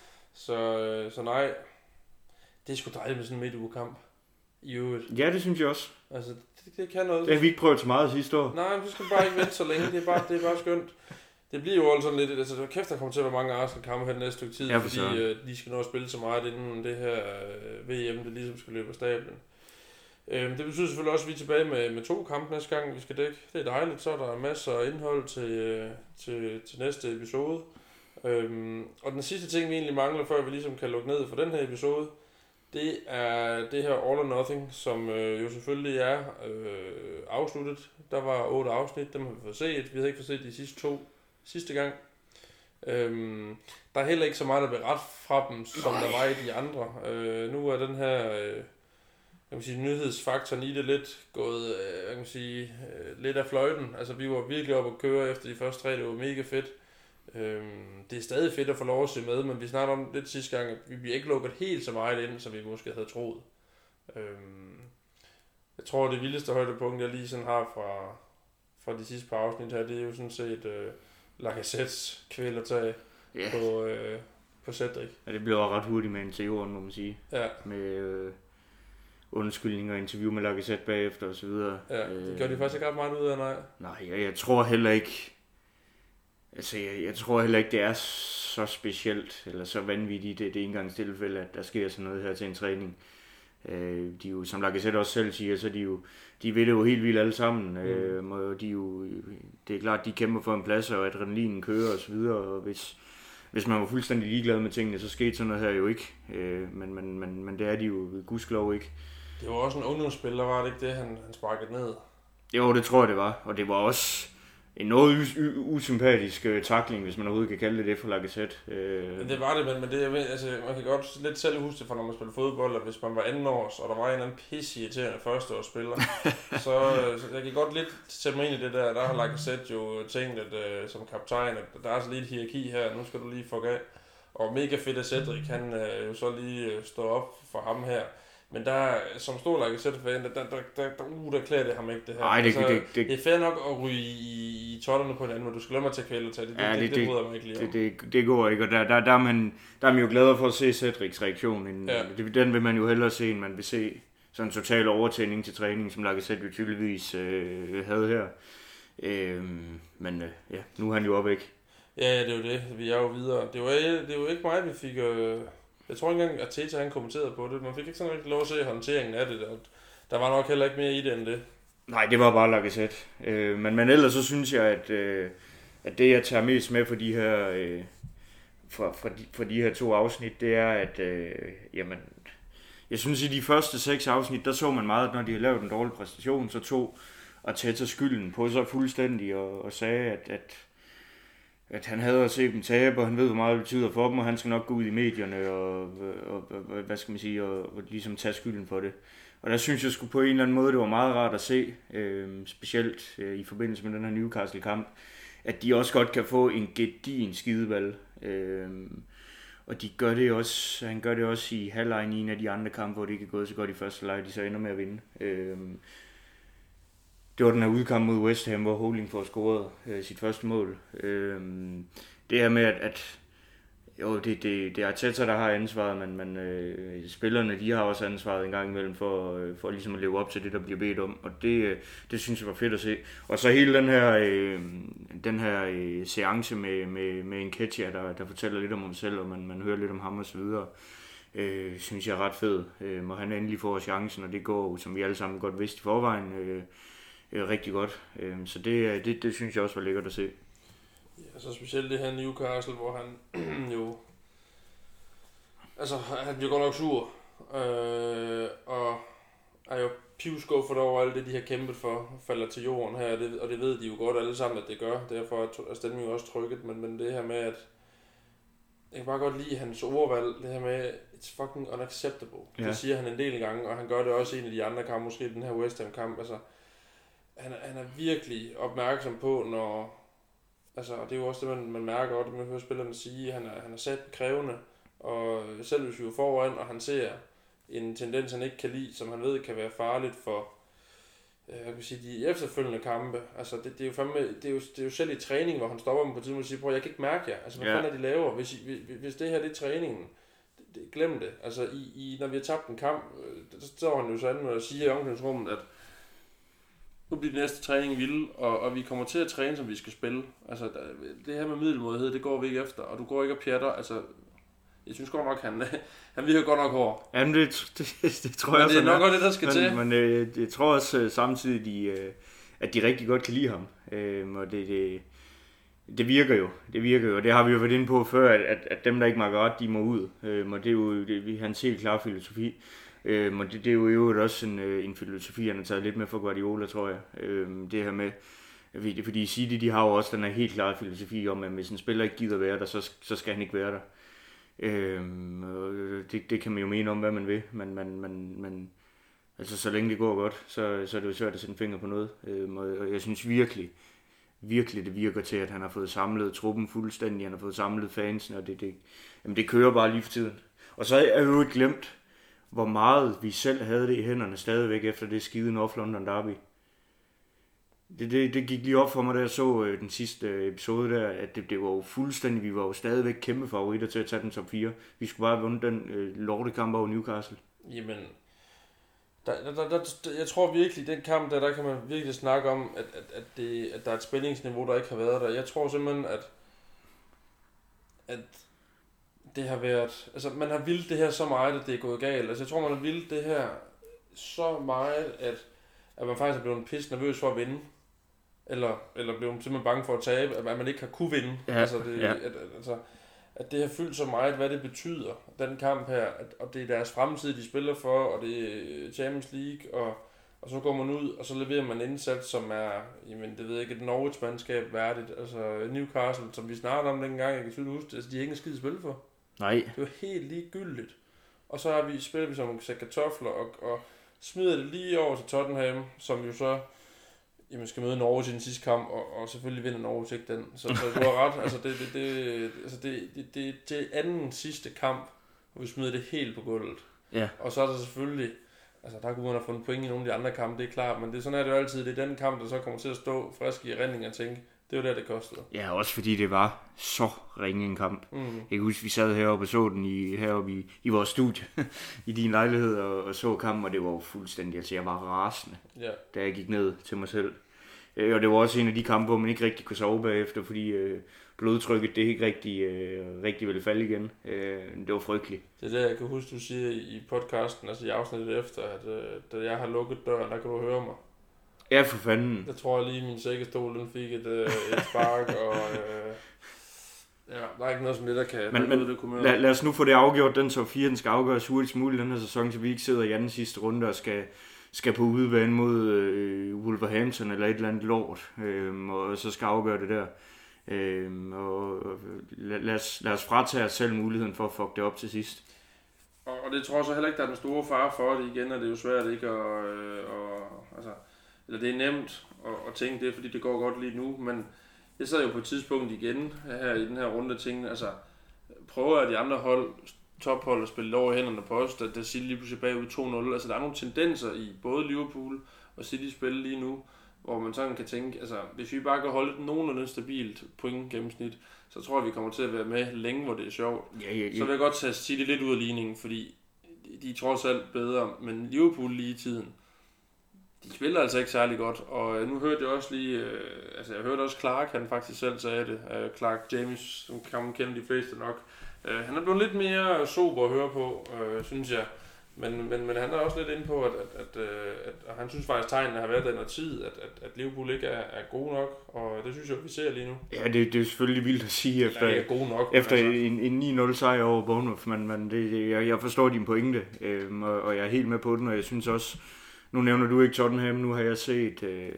Speaker 1: så, så nej, det er sgu dejligt med sådan en midtugekamp. I øvrigt.
Speaker 2: Ja, det synes jeg også.
Speaker 1: Altså, det, det kan noget.
Speaker 2: Det har vi ikke prøvet så meget sidste år.
Speaker 1: Nej, men så skal bare ikke vente så længe. Det er bare, det er bare skønt. Det bliver jo også sådan lidt, altså kæft, der kommer til at være mange Arsenal-kampe her den næste stykke tid, ja, for fordi øh, de skal nå at spille så meget inden det her øh, V M, det ligesom skal løbe af stablen. Øh, det betyder selvfølgelig også, at vi er tilbage med, med to kampe næste gang, vi skal dække. Det er dejligt, så er der masser af indhold til, øh, til, til næste episode. Øh, og den sidste ting, vi egentlig mangler, før vi ligesom kan lukke ned for den her episode, det er det her All or Nothing, som øh, jo selvfølgelig er øh, afsluttet. Der var otte afsnit, dem har vi fået set. Vi havde ikke fået set de sidste to sidste gang. Øhm, der er heller ikke så meget at berette fra dem, som Nej. der var i de andre. Øh, nu er den her øh, jeg kan sige, nyhedsfaktoren i det lidt gået øh, jeg kan sige, øh, lidt af fløjten. Altså vi var virkelig oppe at køre efter de første tre, det var mega fedt. Øhm, det er stadig fedt at få lov at se med, men vi snakkede om lidt sidste gang, at vi bliver ikke lukket helt så meget ind, som vi måske havde troet. Øhm, jeg tror, det vildeste højdepunkt, jeg lige sådan har fra, fra de sidste par afsnit her, det er jo sådan set øh, Lacazettes kvælertag yeah. på, øh, på Cedric.
Speaker 2: Ja, det blev ret hurtigt med intervieweren, må man sige.
Speaker 1: Ja.
Speaker 2: Med øh, undskyldninger og interview med Lacazette bagefter og så videre.
Speaker 1: Ja, det gør de faktisk ikke ret meget ud af, nej.
Speaker 2: Nej, jeg, jeg tror heller ikke, altså jeg, jeg tror heller ikke, det er så specielt, eller så vanvittigt det, det engangstilfælde, at der sker sådan noget her til en træning. Øh, de er jo, som Lacazette også selv siger, så de jo, de ved det jo helt vildt alle sammen. Mm. Øh, og de jo, det er klart, de kæmper for en plads, og adrenalinen kører og så videre, og hvis, hvis man var fuldstændig ligeglad med tingene, så skete sådan noget her jo ikke. Øh, men, men, men, men det er de jo gudskelov ikke.
Speaker 1: Det var også en ungdomsspiller, var det ikke det, han, han sparkede ned?
Speaker 2: Jo, det tror jeg, det var. Og det var også en noget us- usympatisk uh, tackling, hvis man overhovedet kan kalde det det for Lacazette. Uh...
Speaker 1: Det var det, men, men det, altså, man kan godt lidt selv huske det fra, når man spiller fodbold, at hvis man var anden års, og der var en eller anden pisse-irriterende førsteårsspiller, så, så jeg kan godt lidt sætte mig ind i det der. Der har Lacazette jo tænkt, at uh, som kaptajn, at der er altså lidt hierarki her, nu skal du lige få af. Og mega fedt, at Cedric, han uh, jo så lige uh, står op for ham her. Men der, som stor Lacazette-fan, der, der, der, der, der, uh, der klæder det ham ikke, det her.
Speaker 2: Ej, det, altså, det, det,
Speaker 1: det er fair nok at ryge i, i totterne på en anden, men du skal lade mig til kvæle til det. Det, ja, det, det, det, det, mig ikke lige
Speaker 2: det, det, det går ikke, og der, der, der, er man, der er man jo glad for at se Cedrics reaktion. En, ja. det, den vil man jo hellere se, end man vil se sådan en total overtænding til træning, som Lacazette jo tydeligvis øh, havde her. Øh, men øh, ja, nu er han jo op ikke.
Speaker 1: Ja, ja, det er jo det. Vi er jo videre. Det var, det er jo ikke mig, vi fik... Øh Jeg tror ikke engang, at Teta han kommenterede på det. Man fik ikke sådan rigtig lov at se håndteringen af det. Der, der var nok heller ikke mere i det end det.
Speaker 2: Nej, det var bare Lacazette. Øh, men, men ellers så synes jeg, at, øh, at det jeg tager mest med for de her, øh, fra, fra, de, fra de her to afsnit, det er, at øh, jamen, jeg synes, i de første seks afsnit, der så man meget, at når de har lavet en dårlig præstation, så tog Arteta skylden på sig fuldstændig og, og sagde, at, at, at han havde at se dem tabe, og han ved, hvor meget det betyder for dem, og han skal nok gå ud i medierne og, og, og hvad skal man sige, og, og ligesom tage skylden for det. Og der synes jeg sgu på en eller anden måde, det var meget rart at se, øh, specielt øh, i forbindelse med den her Newcastle-kamp, at de også godt kan få en gedigen skideball. Øh, og de gør det også, han gør det også i halvlejen i en af de andre kampe, hvor det ikke er gået så godt i første leg, de så ender med at vinde. Øh, det var den her udkamp mod West Ham, hvor Holding får scoret øh, sit første mål. Øh, det her med, at, at jo, det, det, det er Arteta, der har ansvaret, men, men øh, spillerne, de har også ansvaret en gang imellem for, øh, for ligesom at leve op til det, der bliver bedt om, og det, øh, det synes jeg var fedt at se. Og så hele den her, øh, den her øh, seance med, med, med Nketiah, der, der fortæller lidt om ham selv, og man, man hører lidt om ham og så videre, øh, synes jeg er ret fed. Øh, må han endelig få chancen, og det går, som vi alle sammen godt vidste i forvejen, øh, øh, rigtig godt. Øh, så det, det, det synes jeg også var lækkert at se.
Speaker 1: Ja, så specielt det her Newcastle, hvor han jo, altså han bliver godt nok sur, øh, og er jo pivskuffet over alt det, de har kæmpet for, falder til jorden her, og det, og det ved de jo godt alle sammen, at det gør, derfor er stemningen jo også trykket, men, men det her med, at jeg kan bare godt lide hans ordvalg, det her med, it's fucking unacceptable, ja. Det siger han en del gange, og han gør det også i en af de andre kampe, måske den her West Ham kamp, altså han, han er virkelig opmærksom på, når altså, og det er jo også det, man, man mærker, og det man hører spillerne sige, han er, han er sat krævende, og selv hvis vi er foran, og han ser en tendens, han ikke kan lide, som han ved kan være farligt for øh, jeg kan sige, de efterfølgende kampe. Altså, det, det, er jo fandme, det, er jo, det er jo selv i træning, hvor han stopper dem på tidspunkt og siger, prøv, jeg kan ikke mærke jer. Altså, hvad ja. fanden er de laver? Hvis, I, hvis det her det er træningen, det, det, glem det. Altså, i, i, når vi har tabt en kamp, så står han jo sådan og siger i omklædningsrummet, at nu bliver det næste træning vild, og, og vi kommer til at træne, som vi skal spille. Altså, der, det her med middelmådighed, det går vi ikke efter, og du går ikke og pjatter. Altså, jeg synes godt nok, han, han virker godt nok hård.
Speaker 2: Jamen, det, det, det tror jeg
Speaker 1: også. Men det er nok også det, der skal
Speaker 2: men,
Speaker 1: til.
Speaker 2: Men øh, jeg tror også øh, samtidig, de, øh, at de rigtig godt kan lide ham. Øh, og det, det, det virker jo. Det virker jo, og det har vi jo været inde på før, at, at, at dem, der ikke makker ret, de må ud. Øh, og det er jo det, hans helt klare filosofi. Øhm, og det, det er jo også en, en filosofi, han har taget lidt med for Guardiola, tror jeg. Øhm, det her med, fordi City, de har jo også den her helt klare filosofi om, at hvis en spiller ikke gider være der, så, så skal han ikke være der. Øhm, det, det kan man jo mene om, hvad man vil, men, men, men, men altså, så længe det går godt, så, så er det jo svært at sætte finger på noget. Øhm, og jeg synes virkelig, virkelig det virker til, at han har fået samlet truppen fuldstændig, han har fået samlet fansen, og det, det, jamen, det kører bare lige for tiden. Og så er jeg jo ikke glemt, hvor meget vi selv havde det i hænderne stadigvæk efter det skide North London Derby. Det, det, det gik lige op for mig, da jeg så øh, den sidste øh, episode der, at det, det var jo fuldstændig, vi var jo stadigvæk kæmpe favoritter til at tage den top fire. Vi skulle bare have vundet den øh, lortekamp over Newcastle.
Speaker 1: Jamen, der, der, der, der, jeg tror virkelig, den kamp der, der kan man virkelig snakke om, at, at, at, det, at der er et spændingsniveau, der ikke har været der. Jeg tror simpelthen, at, at det har været, altså man har vildt det her så meget, at det er gået galt. Altså jeg tror, man har vildt det her så meget, at, at man faktisk er blevet pisse nervøs for at vinde. Eller, eller blevet simpelthen bange for at tabe, at man ikke har kunne vinde.
Speaker 2: Ja,
Speaker 1: altså, det,
Speaker 2: ja.
Speaker 1: at, at, altså, at det har fyldt så meget, hvad det betyder, den kamp her. At, og det er deres fremtid, de spiller for, og det er Champions League, og, og så går man ud, og så leverer man en indsats, som er, jamen det ved jeg ikke, et Norwich-mandskab værdigt. Altså Newcastle, som vi snakkede om dengang, jeg kan tydeligt huske, altså de har ikke en skid at spille for.
Speaker 2: Nej.
Speaker 1: Det var helt ligegyldigt. Og så har vi, spiller vi som sæt kartofler og, og smider det lige over til Tottenham, som jo så jamen, skal møde Norge til den sidste kamp, og, og selvfølgelig vinder Norge til den. Så, så du har ret. Altså det, det, det, altså det, det, det, det er anden sidste kamp, hvor vi smider det helt på gulvet.
Speaker 2: Ja.
Speaker 1: Og så er der selvfølgelig, altså der kunne man have fundet point i nogle af de andre kampe, det er klart, men det, sådan er det jo altid. Det er den kamp, der så kommer til at stå frisk i erindring og tænke, det var der, det kostede.
Speaker 2: Ja, også fordi det var så ringe en kamp. Mm. Jeg kan huske, vi sad heroppe og så den i, heroppe i, i vores studie, i din lejlighed, og, og så kampen, og det var jo fuldstændig, altså jeg var rasende, yeah. da jeg gik ned til mig selv. Øh, og det var også en af de kampe, hvor man ikke rigtig kunne sove bagefter, fordi øh, blodtrykket, det ikke rigtig, øh, rigtig ville falde igen. Øh, det var frygteligt.
Speaker 1: Det er det, jeg kan huske, du siger i podcasten, altså i afsnittet efter, at øh, da jeg har lukket døren, der kan du høre mig.
Speaker 2: Ja, for fanden.
Speaker 1: Jeg tror lige, min sækkestol den fik et, øh, et spark, og øh, Ja, der er ikke noget som det, der kan...
Speaker 2: Men, men
Speaker 1: det
Speaker 2: lad, lad os nu få det afgjort. Den top fire, den skal afgøres hurtigst muligt den her sæson, så vi ikke sidder i anden sidste runde og skal, skal på udebane mod øh, Wolverhampton eller et eller andet lort, øh, og så skal afgøre det der. Øh, og lad, lad, os, lad os fratage os selv muligheden for at fuck det op til sidst.
Speaker 1: Og, og det tror jeg så heller ikke, der er den store fare for det igen, og det er jo svært ikke at... Øh, og, altså, eller det er nemt at, at tænke det, fordi det går godt lige nu, men jeg sad jo på et tidspunkt igen her i den her runde og tænkte, altså prøver at de andre hold, tophold at spille over hænderne på os, da, da City lige pludselig bagud to nul. Altså der er nogle tendenser i både Liverpool og City spil lige nu, hvor man sådan kan tænke, altså hvis vi bare kan holde et nogenlunde stabilt point gennemsnit, så tror jeg, vi kommer til at være med længe, hvor det er sjovt.
Speaker 2: Ja, ja, ja.
Speaker 1: Så vil jeg godt tage City lidt ud af ligningen, fordi de er trods alt bedre, men Liverpool lige i tiden, de spiller altså ikke særlig godt, og nu hørte jeg også lige, øh, altså jeg hørte også Clark, han faktisk selv sagde det, øh, Clark James, som kan man kende de fleste nok. Øh, han er blevet lidt mere sober at høre på, øh, synes jeg, men, men, men han er også lidt inde på, at, at, at, at, at han synes faktisk, tegnene har været den her tid, at, at, at Liverpool ikke er, er god nok, og det synes jeg, vi ser lige nu.
Speaker 2: Ja, det, det er selvfølgelig vildt at sige efter,
Speaker 1: ja, er god nok,
Speaker 2: efter
Speaker 1: altså.
Speaker 2: en, en ni nul sejr over Bournemouth, men, men det, jeg, jeg forstår din pointe, øh, og, og jeg er helt med på den, og jeg synes også, nu nævner du ikke Tottenham, nu har jeg set øh,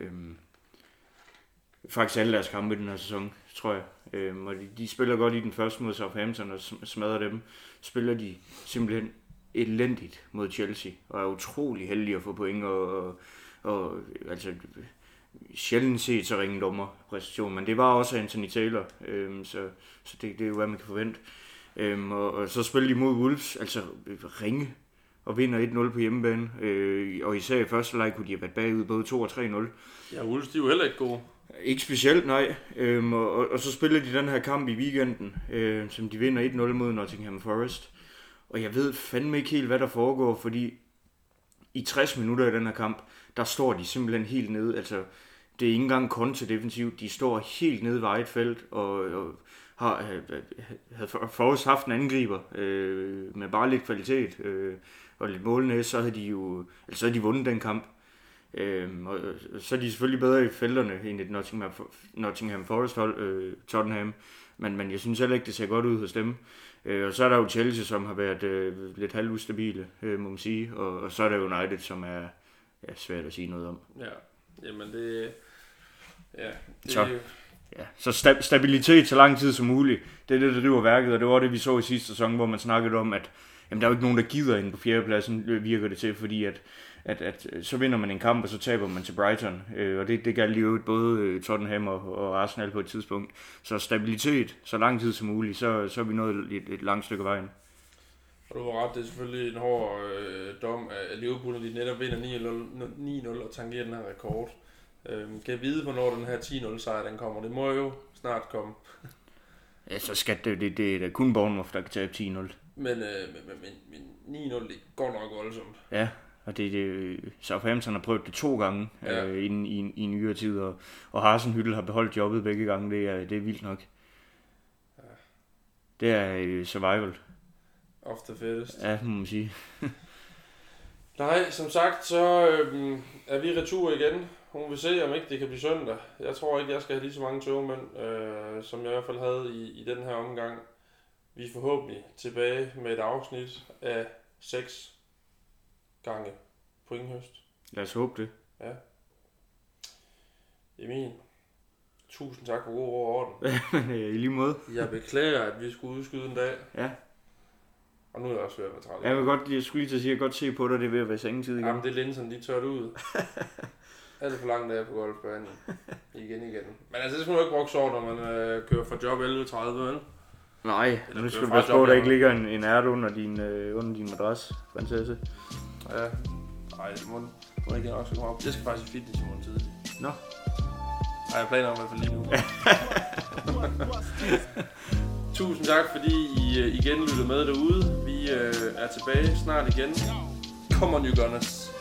Speaker 2: faktisk alle deres kampe i den her sæson, tror jeg. Øh, og de, de spiller godt i den første mod Southampton og smadrer dem. Spiller de simpelthen elendigt mod Chelsea, og er utrolig heldige at få point, og, og, og altså sjældent set så ringe dommerpræstation, men det var også Anthony Taylor, øh, så, så det, det er jo hvad man kan forvente. Øh, og, og så spiller de mod Wolves, altså ringe, og vinder et nul på hjemmebane, øh, og især i første leg kunne de have været bagud både to og tre nul.
Speaker 1: Ja, Wolves, de er jo heller ikke gode.
Speaker 2: Ikke specielt, nej. Øhm, og, og, og så spiller de den her kamp i weekenden, øh, som de vinder et nul mod Nottingham Forest. Og jeg ved fandme ikke helt, hvad der foregår, fordi i tres minutter i den her kamp, der står de simpelthen helt nede. Altså, det er ikke engang kontradefensivt. De står helt nede ved eget felt, og, og har havde Forest haft en angriber øh, med bare lidt kvalitet øh, og lidt målnæs, så havde de jo altså, så havde de vundet den kamp. Øhm, og så er de selvfølgelig bedre i felterne end et Nottingham, Nottingham Forest hold, øh, Tottenham, men, men jeg synes heller ikke, det ser godt ud hos dem. Øh, og så er der jo Chelsea, som har været øh, lidt halvustabile, øh, må man sige, og, og så er der United, som er ja, svært at sige noget om.
Speaker 1: Ja, jamen det... Ja, det
Speaker 2: så, ja. så sta- stabilitet så lang tid som muligt, det er det, der driver værket, og det var det, vi så i sidste sæson, hvor man snakkede om, at jamen, der er jo ikke nogen, der gider ind på fjerdepladsen, virker det til, fordi at At, at så vinder man en kamp, og så taber man til Brighton. Øh, og det, det galt jo både Tottenham og, og Arsenal på et tidspunkt. Så stabilitet, så lang tid som muligt, så, så er vi nået et, et langt stykke vejen.
Speaker 1: Og du var ret, det er selvfølgelig en hård øh, dom af Liverpool, når de netop vinder ni nul og tangerer den her rekord. Øh, kan jeg vide, hvornår den her ti nul sejr den kommer? Det må jo snart komme.
Speaker 2: Ja, så skal det, det, det er da kun Bournemouth, der kan tabe ti nul.
Speaker 1: Men, øh, men, men, men ni nul, det går nok voldsomt.
Speaker 2: Ja. Og det, det, Southampton har prøvet det to gange ja. øh, inden, i, i nyere tid, og, og Hasenhüttl har beholdt jobbet begge gange. Det er, det er vildt nok. Ja. Det er øh, survival.
Speaker 1: Ofte fettest.
Speaker 2: Ja, må man sige.
Speaker 1: Nej, som sagt, så øh, er vi retur igen. Hun vil se, om ikke det kan blive søndag. Jeg tror ikke, jeg skal have lige så mange tøvmænd, øh, som jeg i hvert fald havde i, i den her omgang. Vi er forhåbentlig tilbage med et afsnit af seks gange pointhøst.
Speaker 2: Lad os håbe det.
Speaker 1: Ja. Emil, tusind tak for god ro og orden.
Speaker 2: I lige måde.
Speaker 1: Jeg beklager, at vi skulle udskyde en dag.
Speaker 2: Ja.
Speaker 1: Og nu er jeg også ved at være træt.
Speaker 2: Jeg vil godt, jeg skulle lige til at sige, at jeg godt se på dig, det er ved at være sengetid igen.
Speaker 1: Jamen, det er linserne, de tørt ud. Alt for langt af på golfbanen. Igen igen. Men altså, det skal man jo ikke brokke over, når man øh, kører fra job elleve tredive, vel?
Speaker 2: Nej, nu skal du passe på, at der ikke ligger en, en ærte under din, øh, under din madras, prinsesse.
Speaker 1: Ja, nej, det må, må ikke også komme op. Jeg skal faktisk i fitness i morgen tidlig.
Speaker 2: Nå.
Speaker 1: Ej, jeg planer om i hvert fald lige nu. Tusind tak, fordi I igen lyttede med derude. Vi øh, er tilbage snart igen. Come on, you Gunners.